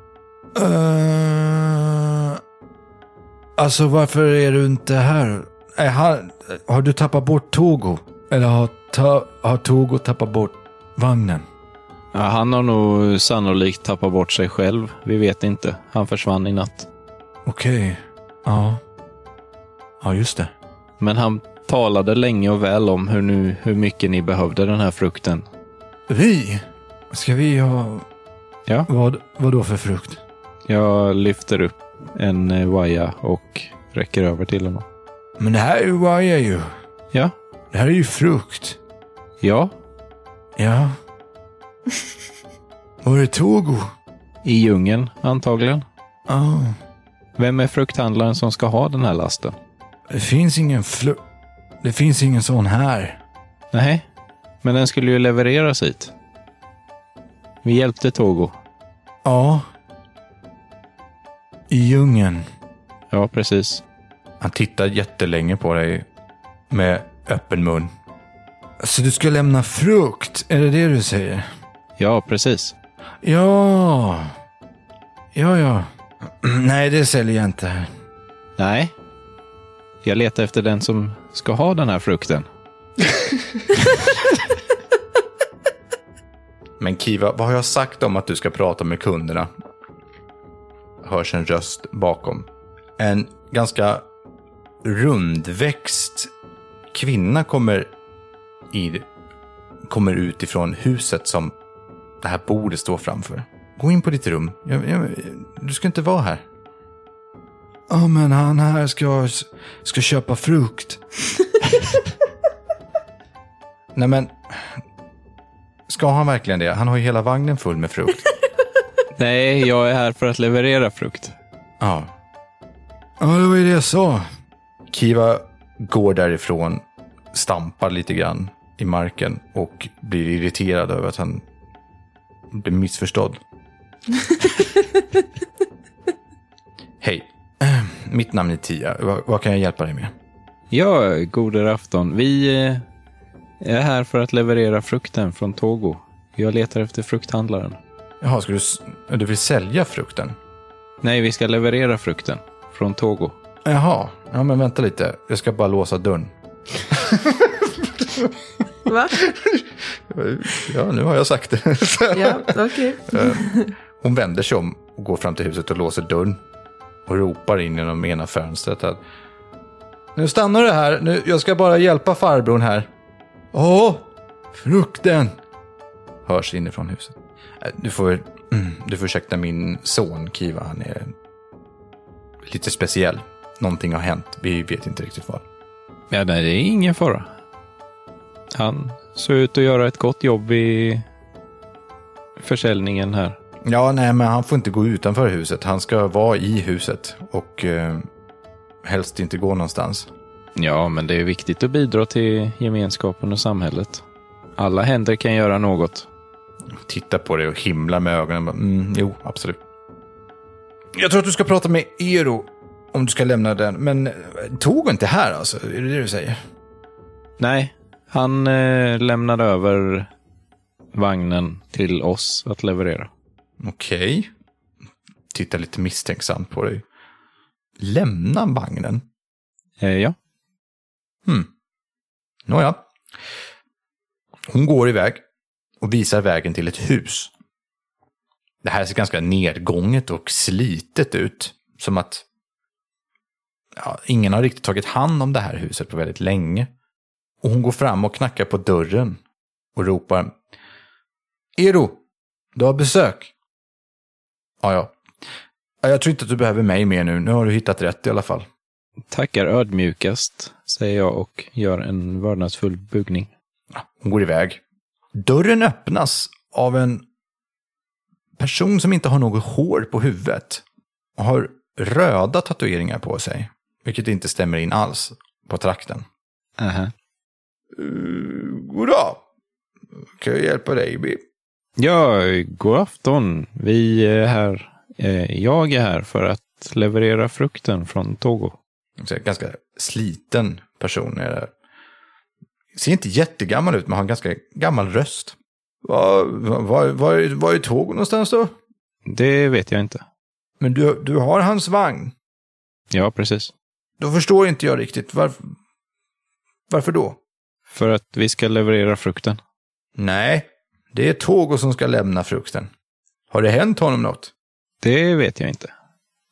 Uh, alltså varför är du inte här? Är han, har du tappat bort Togo? Eller har, ta, har Togo tappat bort vagnen? Ja, han har nog sannolikt tappat bort sig själv. Vi vet inte. Han försvann i natt. Okej. Okay. Ja. Ja, just det. Men han talade länge och väl om hur, nu, hur mycket ni behövde den här frukten. Vi? Ska vi ha... Ja. Vad, vad då för frukt? Jag lyfter upp en eh, vaja och räcker över till honom. Men det här är ju vaja ju. Ja. Det här är ju frukt. Ja. Ja. Var är Togo? I djungeln, antagligen. Ja. Oh. Vem är frukthandlaren som ska ha den här lasten? Det finns ingen fl... Det finns ingen sån här. Nej, men den skulle ju levereras hit. Vi hjälpte Togo. Ja. I djungeln. Ja, precis. Han tittar jättelänge på dig med öppen mun. Så du ska lämna frukt? Är det det du säger? Ja, precis. Ja. Ja, ja. Nej, det säljer jag inte här. Nej. Jag letar efter den som ska ha den här frukten. Men Kiva, vad har jag sagt om att du ska prata med kunderna? Hörs en röst bakom. En ganska rundväxt kvinna kommer, i, kommer ut ifrån huset som det här bordet står framför. Gå in på ditt rum. Jag, jag, du ska inte vara här. Ja, men han här ska, ska köpa frukt. Nej, men... Ska han verkligen det? Han har ju hela vagnen full med frukt. Nej, jag är här för att leverera frukt. Ja. Ja, det var ju det jag sa. Kiva går därifrån, stampar lite grann i marken och blir irriterad över att han blir missförstådd. Hej, mitt namn är Tia. Vad, vad kan jag hjälpa dig med? Ja, goder afton. Vi eh, är här för att leverera frukten från Togo. Jag letar efter frukthandlaren. Jaha, ska du, s- du vill sälja frukten? Nej, vi ska leverera frukten från Togo. Jaha, ja men vänta lite. Jag ska bara låsa dörren. Va? Ja, nu har jag sagt det. Ja, okej. Hon vänder sig om och går fram till huset och låser dörren. Och ropar in genom ena fönstret att nu stannar det här. Nu, jag ska bara hjälpa farbrorn här. Åh, frukten! Hörs inifrån huset. Äh, Du får, mm, du får ursäkta min son Kiva. Han är lite speciell. Någonting har hänt. Vi vet inte riktigt vad. Ja, nej, det är ingen fara. Han såg ut att göra ett gott jobb i försäljningen här. Ja, nej, men han får inte gå utanför huset. Han ska vara i huset och eh, helst inte gå någonstans. Ja, men det är viktigt att bidra till gemenskapen och samhället. Alla händer kan göra något. Titta på det och himla med ögonen. Mm, jo, absolut. Jag tror att du ska prata med Ero om du ska lämna den. Men tog inte här alltså? Är det det du säger? Nej, han eh, lämnade över vagnen till oss att leverera. Okej. Titta lite misstänksamt på dig. Lämna vagnen? Eh, ja. Hmm. Nåja. Hon går iväg och visar vägen till ett hus. Det här ser ganska nedgånget och slitet ut. Som att ja, ingen har riktigt tagit hand om det här huset på väldigt länge. Och hon går fram och knackar på dörren och ropar: Ero, du har besök. Ja, ja. Jag tror inte att du behöver mig mer nu. Nu har du hittat rätt i alla fall. Tackar ödmjukast, säger jag och gör en vördnadsfull bugning. Hon går iväg. Dörren öppnas av en person som inte har något hår på huvudet och har röda tatueringar på sig, vilket inte stämmer in alls på trakten. Aha. Uh, goddag. Kan jag hjälpa dig, Bi? Ja, god afton. Vi är här. Eh, jag är här för att leverera frukten från Togo. Så en ganska sliten person är det. Ser inte jättegammal ut, men har en ganska gammal röst. Var, var, var, var är Togo någonstans då? Det vet jag inte. Men du, du har hans vagn. Ja, precis. Då förstår inte jag riktigt. Varför, varför då? För att vi ska leverera frukten. Nej, det är Togo som ska lämna frukten. Har det hänt honom något? Det vet jag inte.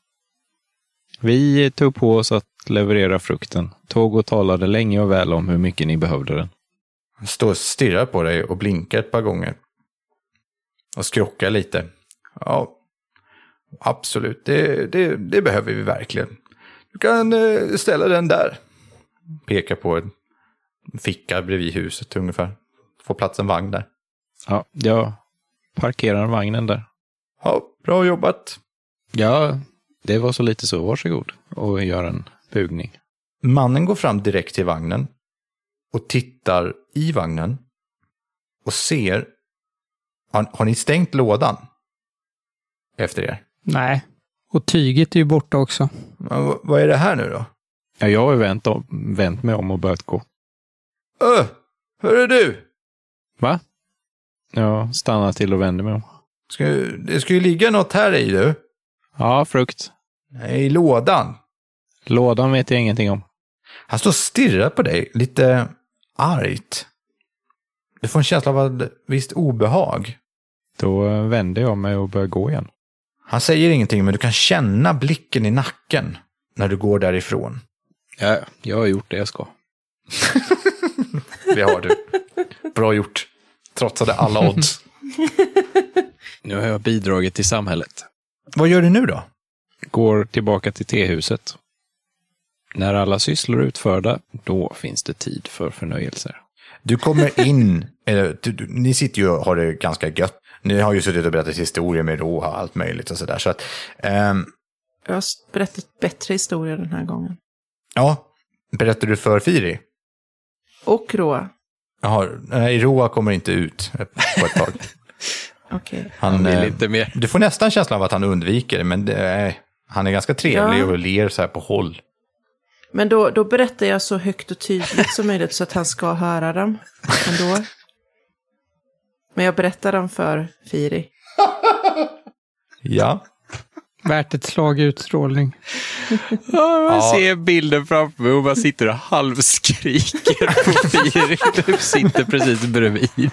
Vi tog på oss att leverera frukten. Togo talade länge och väl om hur mycket ni behövde den. Han står och stirrar på dig och blinkar ett par gånger. Och skrockar lite. Ja, absolut. Det, det, det behöver vi verkligen. Du kan eh, ställa den där. Pekar på en ficka bredvid huset ungefär. Få plats en vagn där. Ja, jag parkerar vagnen där. Ja, bra jobbat. Ja, det var så lite så. Varsågod och gör en bugning. Mannen går fram direkt till vagnen och tittar i vagnen och ser. Har, har ni stängt lådan efter er? Nej. Och tyget är ju borta också. Ja, vad är det här nu då? Ja, jag har ju vänt, om, vänt mig om och börjat gå. Öh, hör är du? Va? Ja, stannar till och vänder mig om. Ska, det ska ju ligga något här i du. Ja, frukt. Nej, i lådan. Lådan vet jag ingenting om. Han står och stirrar på dig, lite argt. Du får en känsla av ett visst obehag. Då vänder jag mig och börjar gå igen. Han säger ingenting, men du kan känna blicken i nacken när du går därifrån. Ja, jag har gjort det jag ska. Det har du. Bra gjort. Trotsade alla odds. Nu har jag bidragit till samhället. Vad gör du nu då? Går tillbaka till tehuset. När alla sysslor är utförda, då finns det tid för förnöjelser. Du kommer in, eller, du, du, ni sitter ju och har det ganska gött. Ni har ju suttit och berättat historier med Roha och allt möjligt och sådär. Så att, ehm, Jag har berättat bättre historia den här gången. ja, berättar du för Firi? Och Roa. Jaha, nej, Roa kommer inte ut på ett tag. Okej. Okay. Han, Han vill eh, inte mer. Du får nästan känslan av att han undviker, men det är, han är ganska trevlig Ja. och ler så här på håll. Men då, då berättar jag så högt och tydligt som möjligt så att han ska höra dem ändå. Men jag berättar dem för Firi. Ja. Värt ett slag i utstrålning. Ja, man Ja. ser bilden framför mig och man sitter och halvskriker på Firi. Du sitter precis bredvid.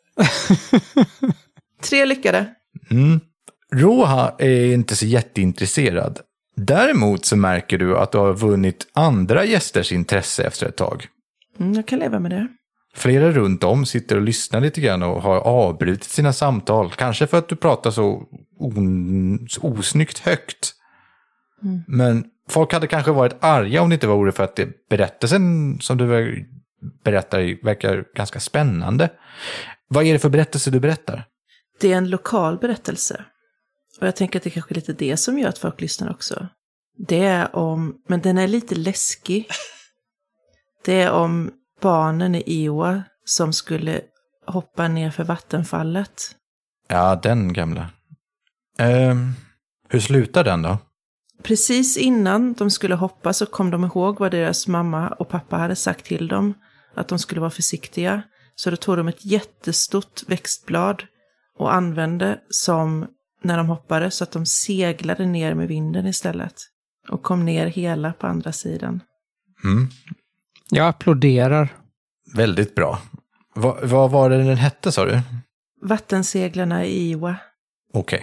Tre lyckade. Mm. Roha är inte så jätteintresserad. Däremot så märker du att du har vunnit andra gästers intresse efter ett tag. Mm, jag kan leva med det. Flera runt om sitter och lyssnar lite grann och har avbrutit sina samtal. Kanske för att du pratar så, on, så osnyggt högt. Mm. Men folk hade kanske varit arga om det inte vore för att det, berättelsen som du berättar verkar ganska spännande. Vad är det för berättelse du berättar? Det är en lokal berättelse. Och jag tänker att det kanske är lite det som gör att folk lyssnar också. Det är om, men den är lite läskig. Det är om barnen i Iowa som skulle hoppa ner för vattenfallet. Ja, den gamla. Ehm, hur slutar den då? Precis innan de skulle hoppa så kom de ihåg vad deras mamma och pappa hade sagt till dem. Att de skulle vara försiktiga. Så då tog de ett jättestort växtblad och använde som när de hoppade så att de seglade ner med vinden istället. Och kom ner hela på andra sidan. Mm. Jag applåderar. Väldigt bra. Va, vad var det den hette, sa du? Vattenseglarna i Iowa. Okej.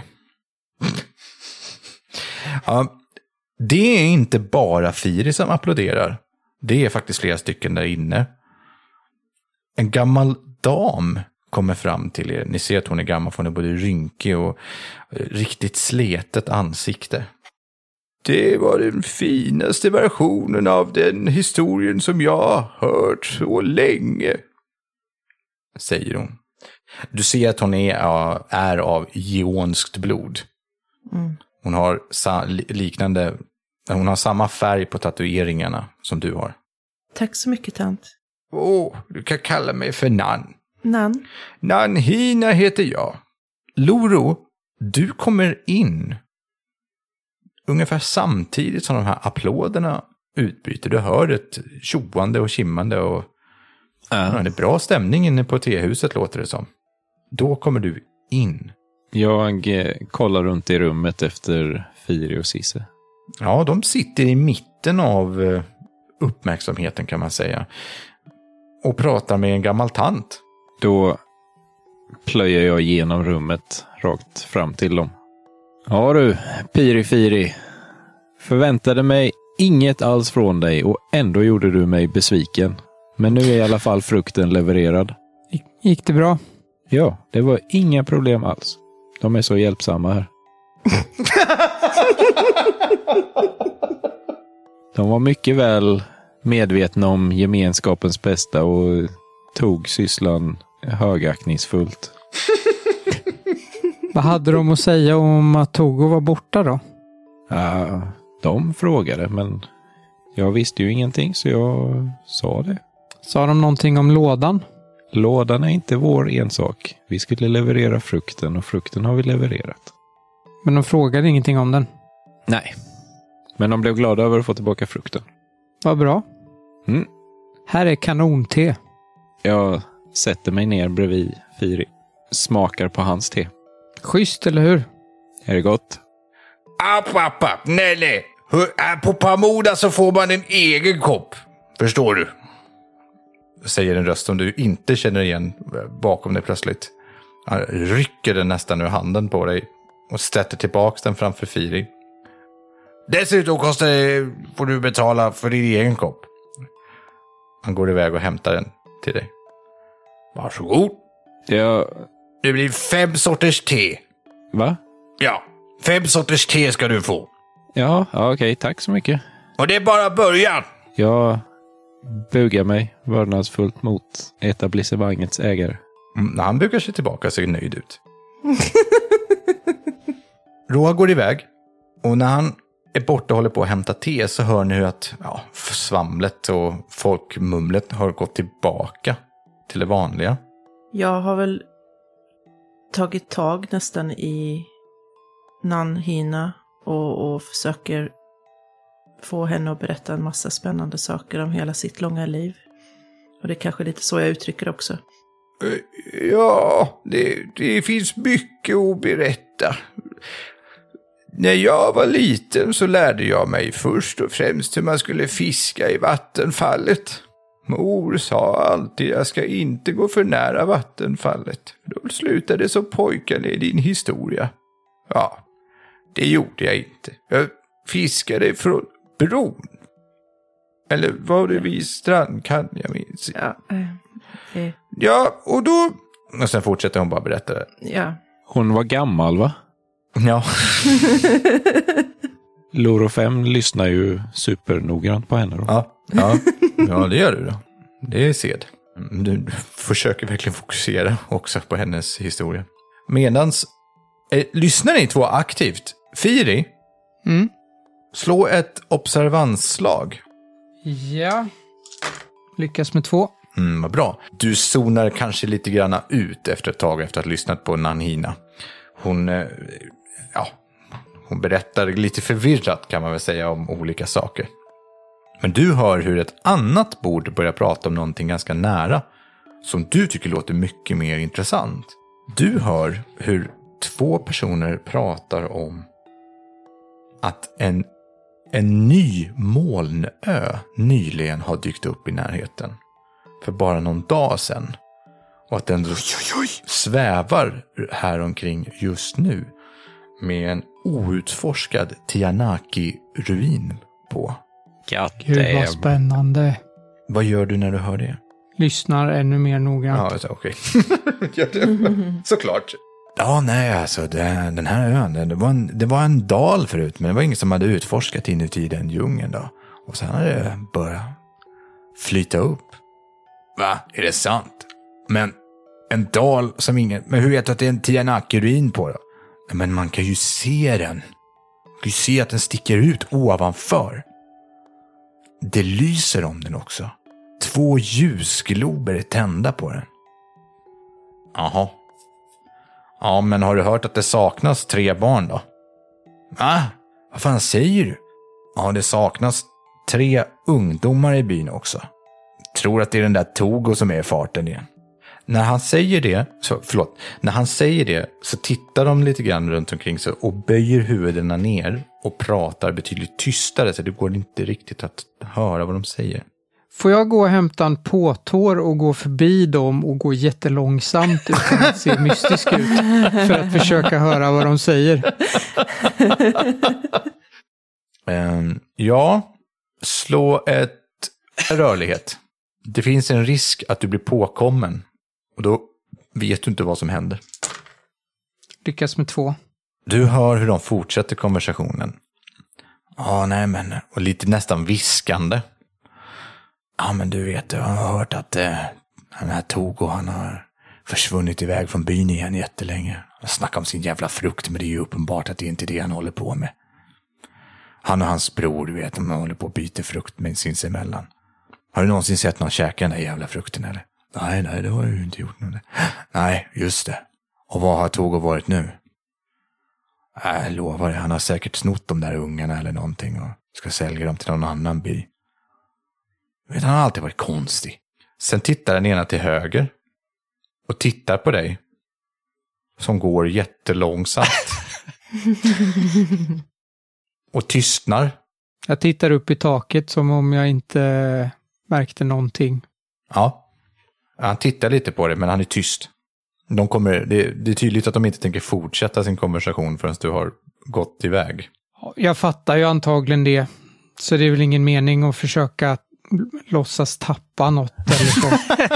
Ja, det är inte bara Firi som applåderar. Det är faktiskt flera stycken där inne. En gammal dam kommer fram till er. Ni ser att hon är gammal, för hon är både rynkig och riktigt sletet ansikte. Det var den finaste versionen av den historien som jag har hört så länge, säger hon. Du ser att hon är, är av geonskt blod. Mm. Hon har sa- liknande, hon har samma färg på tatueringarna som du har. Tack så mycket, tant. Åh, oh, du kan kalla mig för Nan. Nan. Nanhina heter jag. Loro, du kommer in ungefär samtidigt som de här applåderna utbyter. Du hör ett tjoande och kimmande och Ja. ja, det är bra stämning inne på tehuset, låter det som. Då kommer du in. Jag eh, kollar runt i rummet efter Firi och Sisse. Ja, de sitter i mitten av eh, uppmärksamheten, kan man säga. Och pratar med en gammal tant. Då plöjer jag igenom rummet rakt fram till dem. Ja du, Piri Firi. Förväntade mig inget alls från dig och ändå gjorde du mig besviken. Men nu är i alla fall frukten levererad. Gick det bra? Ja, det var inga problem alls. De är så hjälpsamma här. De var mycket väl medvetna om gemenskapens bästa och tog sysslan högaktningsfullt. Vad hade de att säga om att Togo var borta då? Ja, de frågade, men jag visste ju ingenting så jag sa det. Sa de någonting om lådan? Lådan är inte vår ensak. Vi skulle leverera frukten och frukten har vi levererat. Men de frågade ingenting om den. Nej, men de blev glada över att få tillbaka frukten. Vad bra. Mm. Här är kanonte. Jag sätter mig ner bredvid Firi. Smakar på hans te. Schysst, eller hur? Är det gott? App, app, app. Nej, nej. På Pamoda så får man en egen kopp. Förstår du? Säger en röst som du inte känner igen bakom dig plötsligt. Han rycker den nästan ur handen på dig och sätter tillbaka den framför Firi. Dessutom kostar det, får du betala för din egen kopp. Han går iväg och hämtar den till dig. Varsågod. Ja, Det blir fem sorters te. va? Ja, fem sorters te ska du få. Ja, ja okej, tack så mycket. Och det är bara början. Jag bugar mig vördnadsfullt mot etablissemangets ägare. Mm, han bukar sig tillbaka och ser nöjd ut. Roa går iväg. Och när han är borta och håller på att hämta te så hör ni hur att ja, svamlet och folkmumlet har gått tillbaka till det vanliga. Jag har väl tagit tag nästan i Nanhina och, och försöker få henne att berätta en massa spännande saker om hela sitt långa liv. Och det är kanske lite så jag uttrycker också. Ja, det, det finns mycket att berätta. När jag var liten så lärde jag mig först och främst hur man skulle fiska i vattenfallet. Mor sa alltid jag ska inte gå för nära vattenfallet. Då slutade det som pojkarna i din historia. Ja, det gjorde jag inte. Jag fiskade från bron. Eller var det vid strandkan, jag minns. Ja, eh, ja, och då... Och sen fortsätter hon bara berätta det. Ja. Hon var gammal, va? Ja. Loro fem lyssnar ju supernoggrant på henne då. Ja, ja. Ja, det gör du då. Det är sed. Du försöker verkligen fokusera också på hennes historia. Medans... Eh, lyssnar ni två aktivt? Firi? Mm. Slå ett observansslag. Ja. Lyckas med två. Mm, vad bra. Du zonar kanske lite grann ut efter ett tag efter att ha lyssnat på Nanhina. Hon, eh, ja, hon berättar lite förvirrat kan man väl säga om olika saker. Men du hör hur ett annat bord börjar prata om någonting ganska nära som du tycker låter mycket mer intressant. Du hör hur två personer pratar om att en, en ny molnö nyligen har dykt upp i närheten. För bara någon dag sedan. Och att den oj, oj, oj. svävar här omkring just nu. Med en outforskad Tianaki-ruin på. Gud vad spännande. Vad gör du när du hör det? Lyssnar ännu mer noggrant. Ja, okej. Okay. Såklart. Ja, nej, alltså det, den här ön, det var, en, det var en dal förut. Men det var ingen som hade utforskat inuti den djungeln då. Och sen hade det börjat flyta upp. Va? Är det sant? Men en dal som ingen... Men hur vet du att det är en Tianaki-ruin på då? Men man kan ju se den. Man kan ju se att den sticker ut ovanför. Det lyser om den också. Två ljusglober är tända på den. Jaha. Ja, men har du hört att det saknas tre barn då? Va? Vad fan säger du? Ja, det saknas tre ungdomar i byn också. Tror att det är den där Togo som är i farten igen. När han säger det, så, förlåt, när han säger det så tittar de lite grann runt omkring sig och böjer huvudena ner och pratar betydligt tystare så det går inte riktigt att höra vad de säger. Får jag gå och hämta en påtår och gå förbi dem och gå jättelångsamt utan att se mystisk ut för att försöka höra vad de säger? um, ja, slå ett rörlighet. Det finns en risk att du blir påkommen. Och då vet du inte vad som händer. Lyckas med två. Du hör hur de fortsätter konversationen. Ja, nej men. Och lite nästan viskande. Ja, men du vet, jag har hört att eh, den här Togo, han har försvunnit iväg från byn igen jättelänge. Han snackar om sin jävla frukt, men det är ju uppenbart att det inte är det han håller på med. Han och hans bror, du vet, de håller på att byta frukt med sinsemellan. Har du någonsin sett någon käka den där jävla frukten, eller? Nej, nej, det har jag ju inte gjort något. Nej, just det. Och vad har Togo varit nu? Jag lovar det, han har säkert snott de där ungarna eller någonting och ska sälja dem till någon annan by. Vet, han har alltid varit konstig. Sen tittar den ena till höger och tittar på dig som går jättelångsamt. Och tystnar. Jag tittar upp i taket som om jag inte märkte någonting. Ja. Han tittar lite på det, men han är tyst. De kommer, det, det är tydligt att de inte tänker fortsätta sin konversation förrän du har gått iväg. Jag fattar ju antagligen det. Så det är väl ingen mening att försöka låtsas tappa något eller så.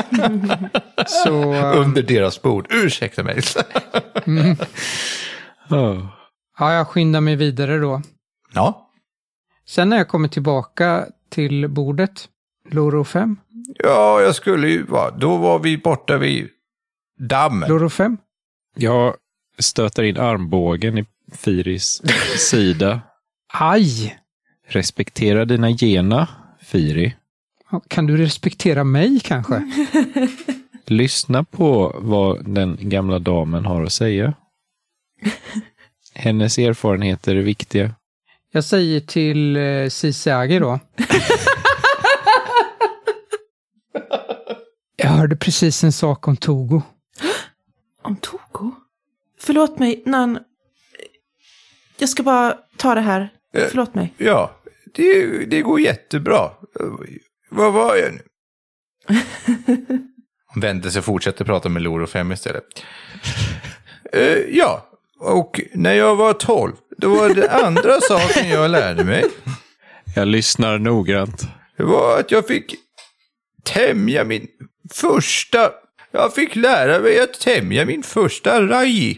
så Under deras bord. Ursäkta mig. mm. Oh. Ja, jag skyndar mig vidare då. Ja. Sen när jag kommer tillbaka till bordet, Loro fem. Ja, jag skulle ju vara. Då var vi borta vid dammen. Loro fem? Jag stöter in armbågen i Firis sida. Aj! Respektera dina gena, Firi. Kan du respektera mig kanske? Lyssna på vad den gamla damen har att säga. Hennes erfarenheter är viktiga. Jag säger till eh, Sisagi då. Jag hörde precis en sak om Togo. Om Togo? Förlåt mig, Nan. Jag ska bara ta det här. Förlåt mig. Ja, det, det går jättebra. Vad var jag nu? Hon vänder sig och fortsätter prata med Loro fem istället. uh, ja, och när jag var tolv, då var det andra saken jag lärde mig. Jag lyssnar noggrant. Det var att jag fick tämja min första... Jag fick lära mig att tämja min första rai.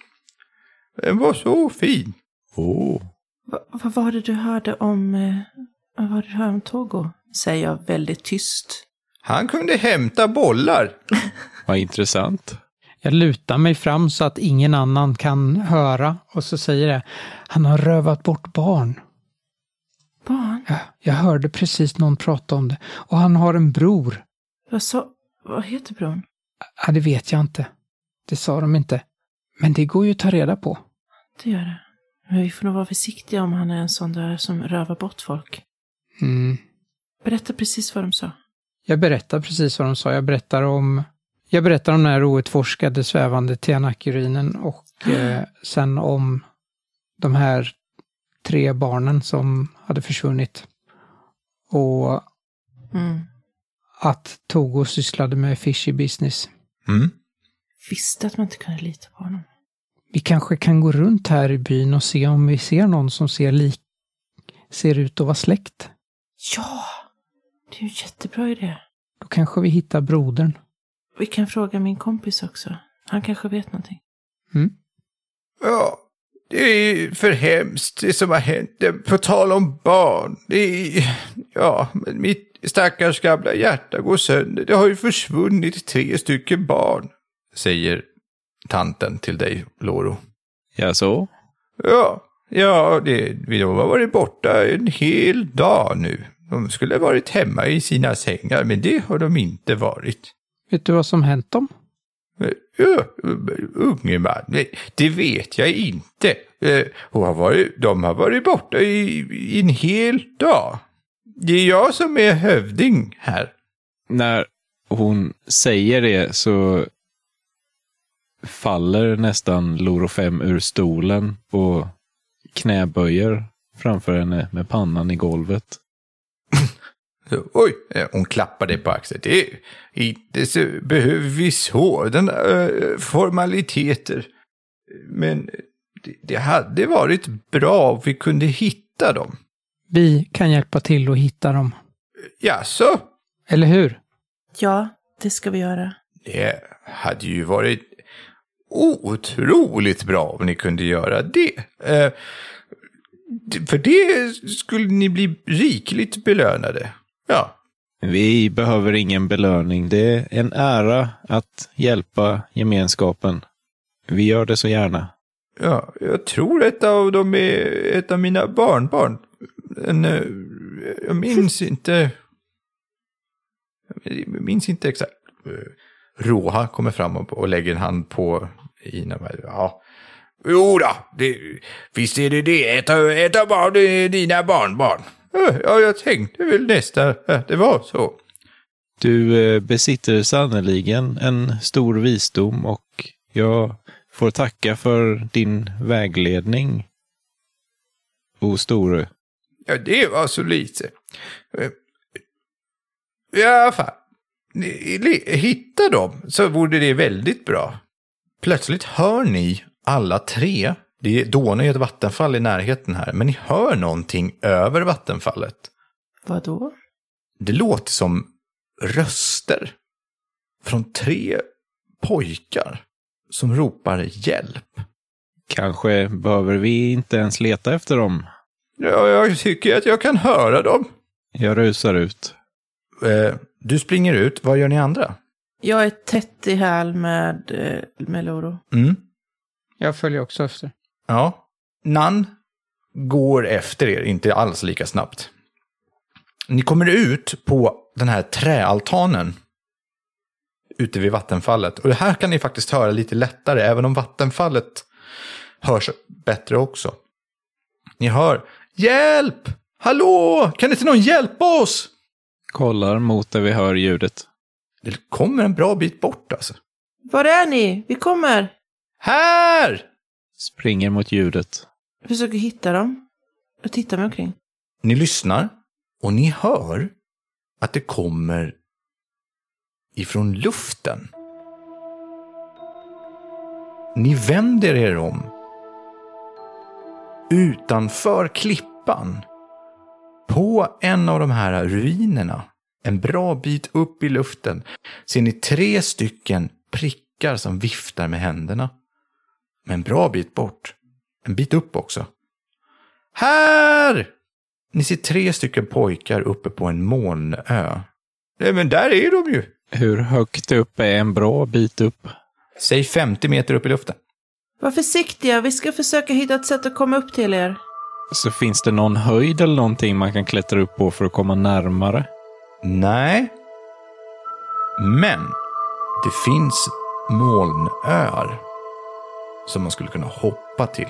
Den var så fin. Oh. Va, vad var det du hörde om... Eh, vad var det du hörde om Togo? Säger jag väldigt tyst. Han kunde hämta bollar. Vad intressant. Jag lutar mig fram så att ingen annan kan höra. Och så säger jag, han har rövat bort barn. Barn? Ja, jag hörde precis någon prata om det. Och han har en bror. Vad sa... Vad heter bron? Ja, det vet jag inte. Det sa de inte. Men det går ju att ta reda på. Det gör det. Men vi får nog vara försiktiga om han är en sån där som rövar bort folk. Mm. Berätta precis vad de sa. Jag berättar precis vad de sa. Jag berättar om, jag berättar om den här outforskade svävande Tianak-urinen och eh, sen om de här tre barnen som hade försvunnit. Och Mm. att Togo sysslade med fishy business. Mm. Visste att man inte kunde lita på honom. Vi kanske kan gå runt här i byn och se om vi ser någon som ser, lik, ser ut att vara släkt. Ja, det är ju en jättebra idé. Då kanske vi hittar brodern. Vi kan fråga min kompis också. Han kanske vet någonting. Mm. Ja, det är för hemskt det som har hänt. På tal om barn. Det är, ja, mitt stackars gamla hjärta går sönder. Det har ju försvunnit tre stycken barn, säger tanten till dig, Loro. Ja, så? Ja, ja det, de har varit borta en hel dag nu. De skulle ha varit hemma i sina sängar, men det har de inte varit. Vet du vad som hänt dem? Ja, unge man, det vet jag inte. Och har varit, de har varit borta i, i en hel dag. Det är jag som är hövding här. När hon säger det så faller nästan Loro fem ur stolen och knäböjer framför henne med pannan i golvet. Så, oj, hon klappar dig på axeln. Det är inte så behöver vi sådana äh, formaliteter. Men det, det hade varit bra om vi kunde hitta dem. Vi kan hjälpa till att hitta dem. Jaså? Eller hur? Ja, det ska vi göra. Det hade ju varit otroligt bra om ni kunde göra det. Eh, för det skulle ni bli rikligt belönade. Ja. Vi behöver ingen belöning. Det är en ära att hjälpa gemenskapen. Vi gör det så gärna. Ja, jag tror ett av dem är ett av mina barnbarn. En, jag minns inte... Jag minns inte exakt. Roha kommer fram och, och lägger en hand på Ina. Ja. Jo då, det, visst är det det. Ett av, ett av barn är dina barnbarn. Ja, jag tänkte väl nästa. Det var så. Du besitter sannoliken en stor visdom och jag får tacka för din vägledning, O Store. Ja, det var så lite. I alla fall. Hitta dem så vore det väldigt bra. Plötsligt hör ni alla tre. Det dånar ju ett vattenfall i närheten här. Men ni hör någonting över vattenfallet. Vad då? Det låter som röster från tre pojkar som ropar hjälp. Kanske behöver vi inte ens leta efter dem. Ja, jag tycker att jag kan höra dem. Jag rusar ut. Eh, du springer ut. Vad gör ni andra? Jag är tätt i häl med, med Loro. Mm. Jag följer också efter. Ja. Nan går efter er, inte alls lika snabbt. Ni kommer ut på den här träaltanen. ute vid vattenfallet. Och det här kan ni faktiskt höra lite lättare, även om vattenfallet hörs bättre också. Ni hör, hjälp! Hallå! Kan inte någon hjälpa oss? Kollar mot där vi hör ljudet. Det kommer en bra bit bort alltså. Var är ni? Vi kommer. Här! Springer mot ljudet. Jag försöker hitta dem. Jag tittar mig omkring. Ni lyssnar och ni hör att det kommer ifrån luften. Ni vänder er om. Utanför klippan. På en av de här ruinerna. En bra bit upp i luften. Ser ni tre stycken prickar som viftar med händerna. Men en bra bit bort. En bit upp också. Här! Ni ser tre stycken pojkar uppe på en molnö. Nej, men där är de ju. Hur högt upp är en bra bit upp? Säg femtio meter upp i luften. Var försiktiga, vi ska försöka hitta ett sätt att komma upp till er. Så finns det någon höjd eller någonting man kan klättra upp på för att komma närmare? Nej. Men det finns molnöar som man skulle kunna hoppa till.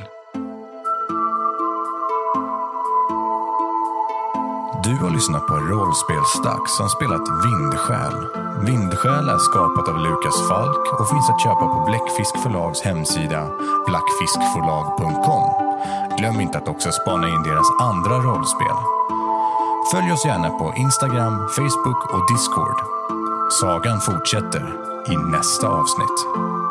Du har lyssnat på Rollspelsdags som spelat Vindsjäl. Vindsjäl är skapat av Lukas Falk och finns att köpa på Bläckfisk förlags hemsida blackfiskförlag punkt com. Glöm inte att också spana in deras andra rollspel. Följ oss gärna på Instagram, Facebook och Discord. Sagan fortsätter i nästa avsnitt.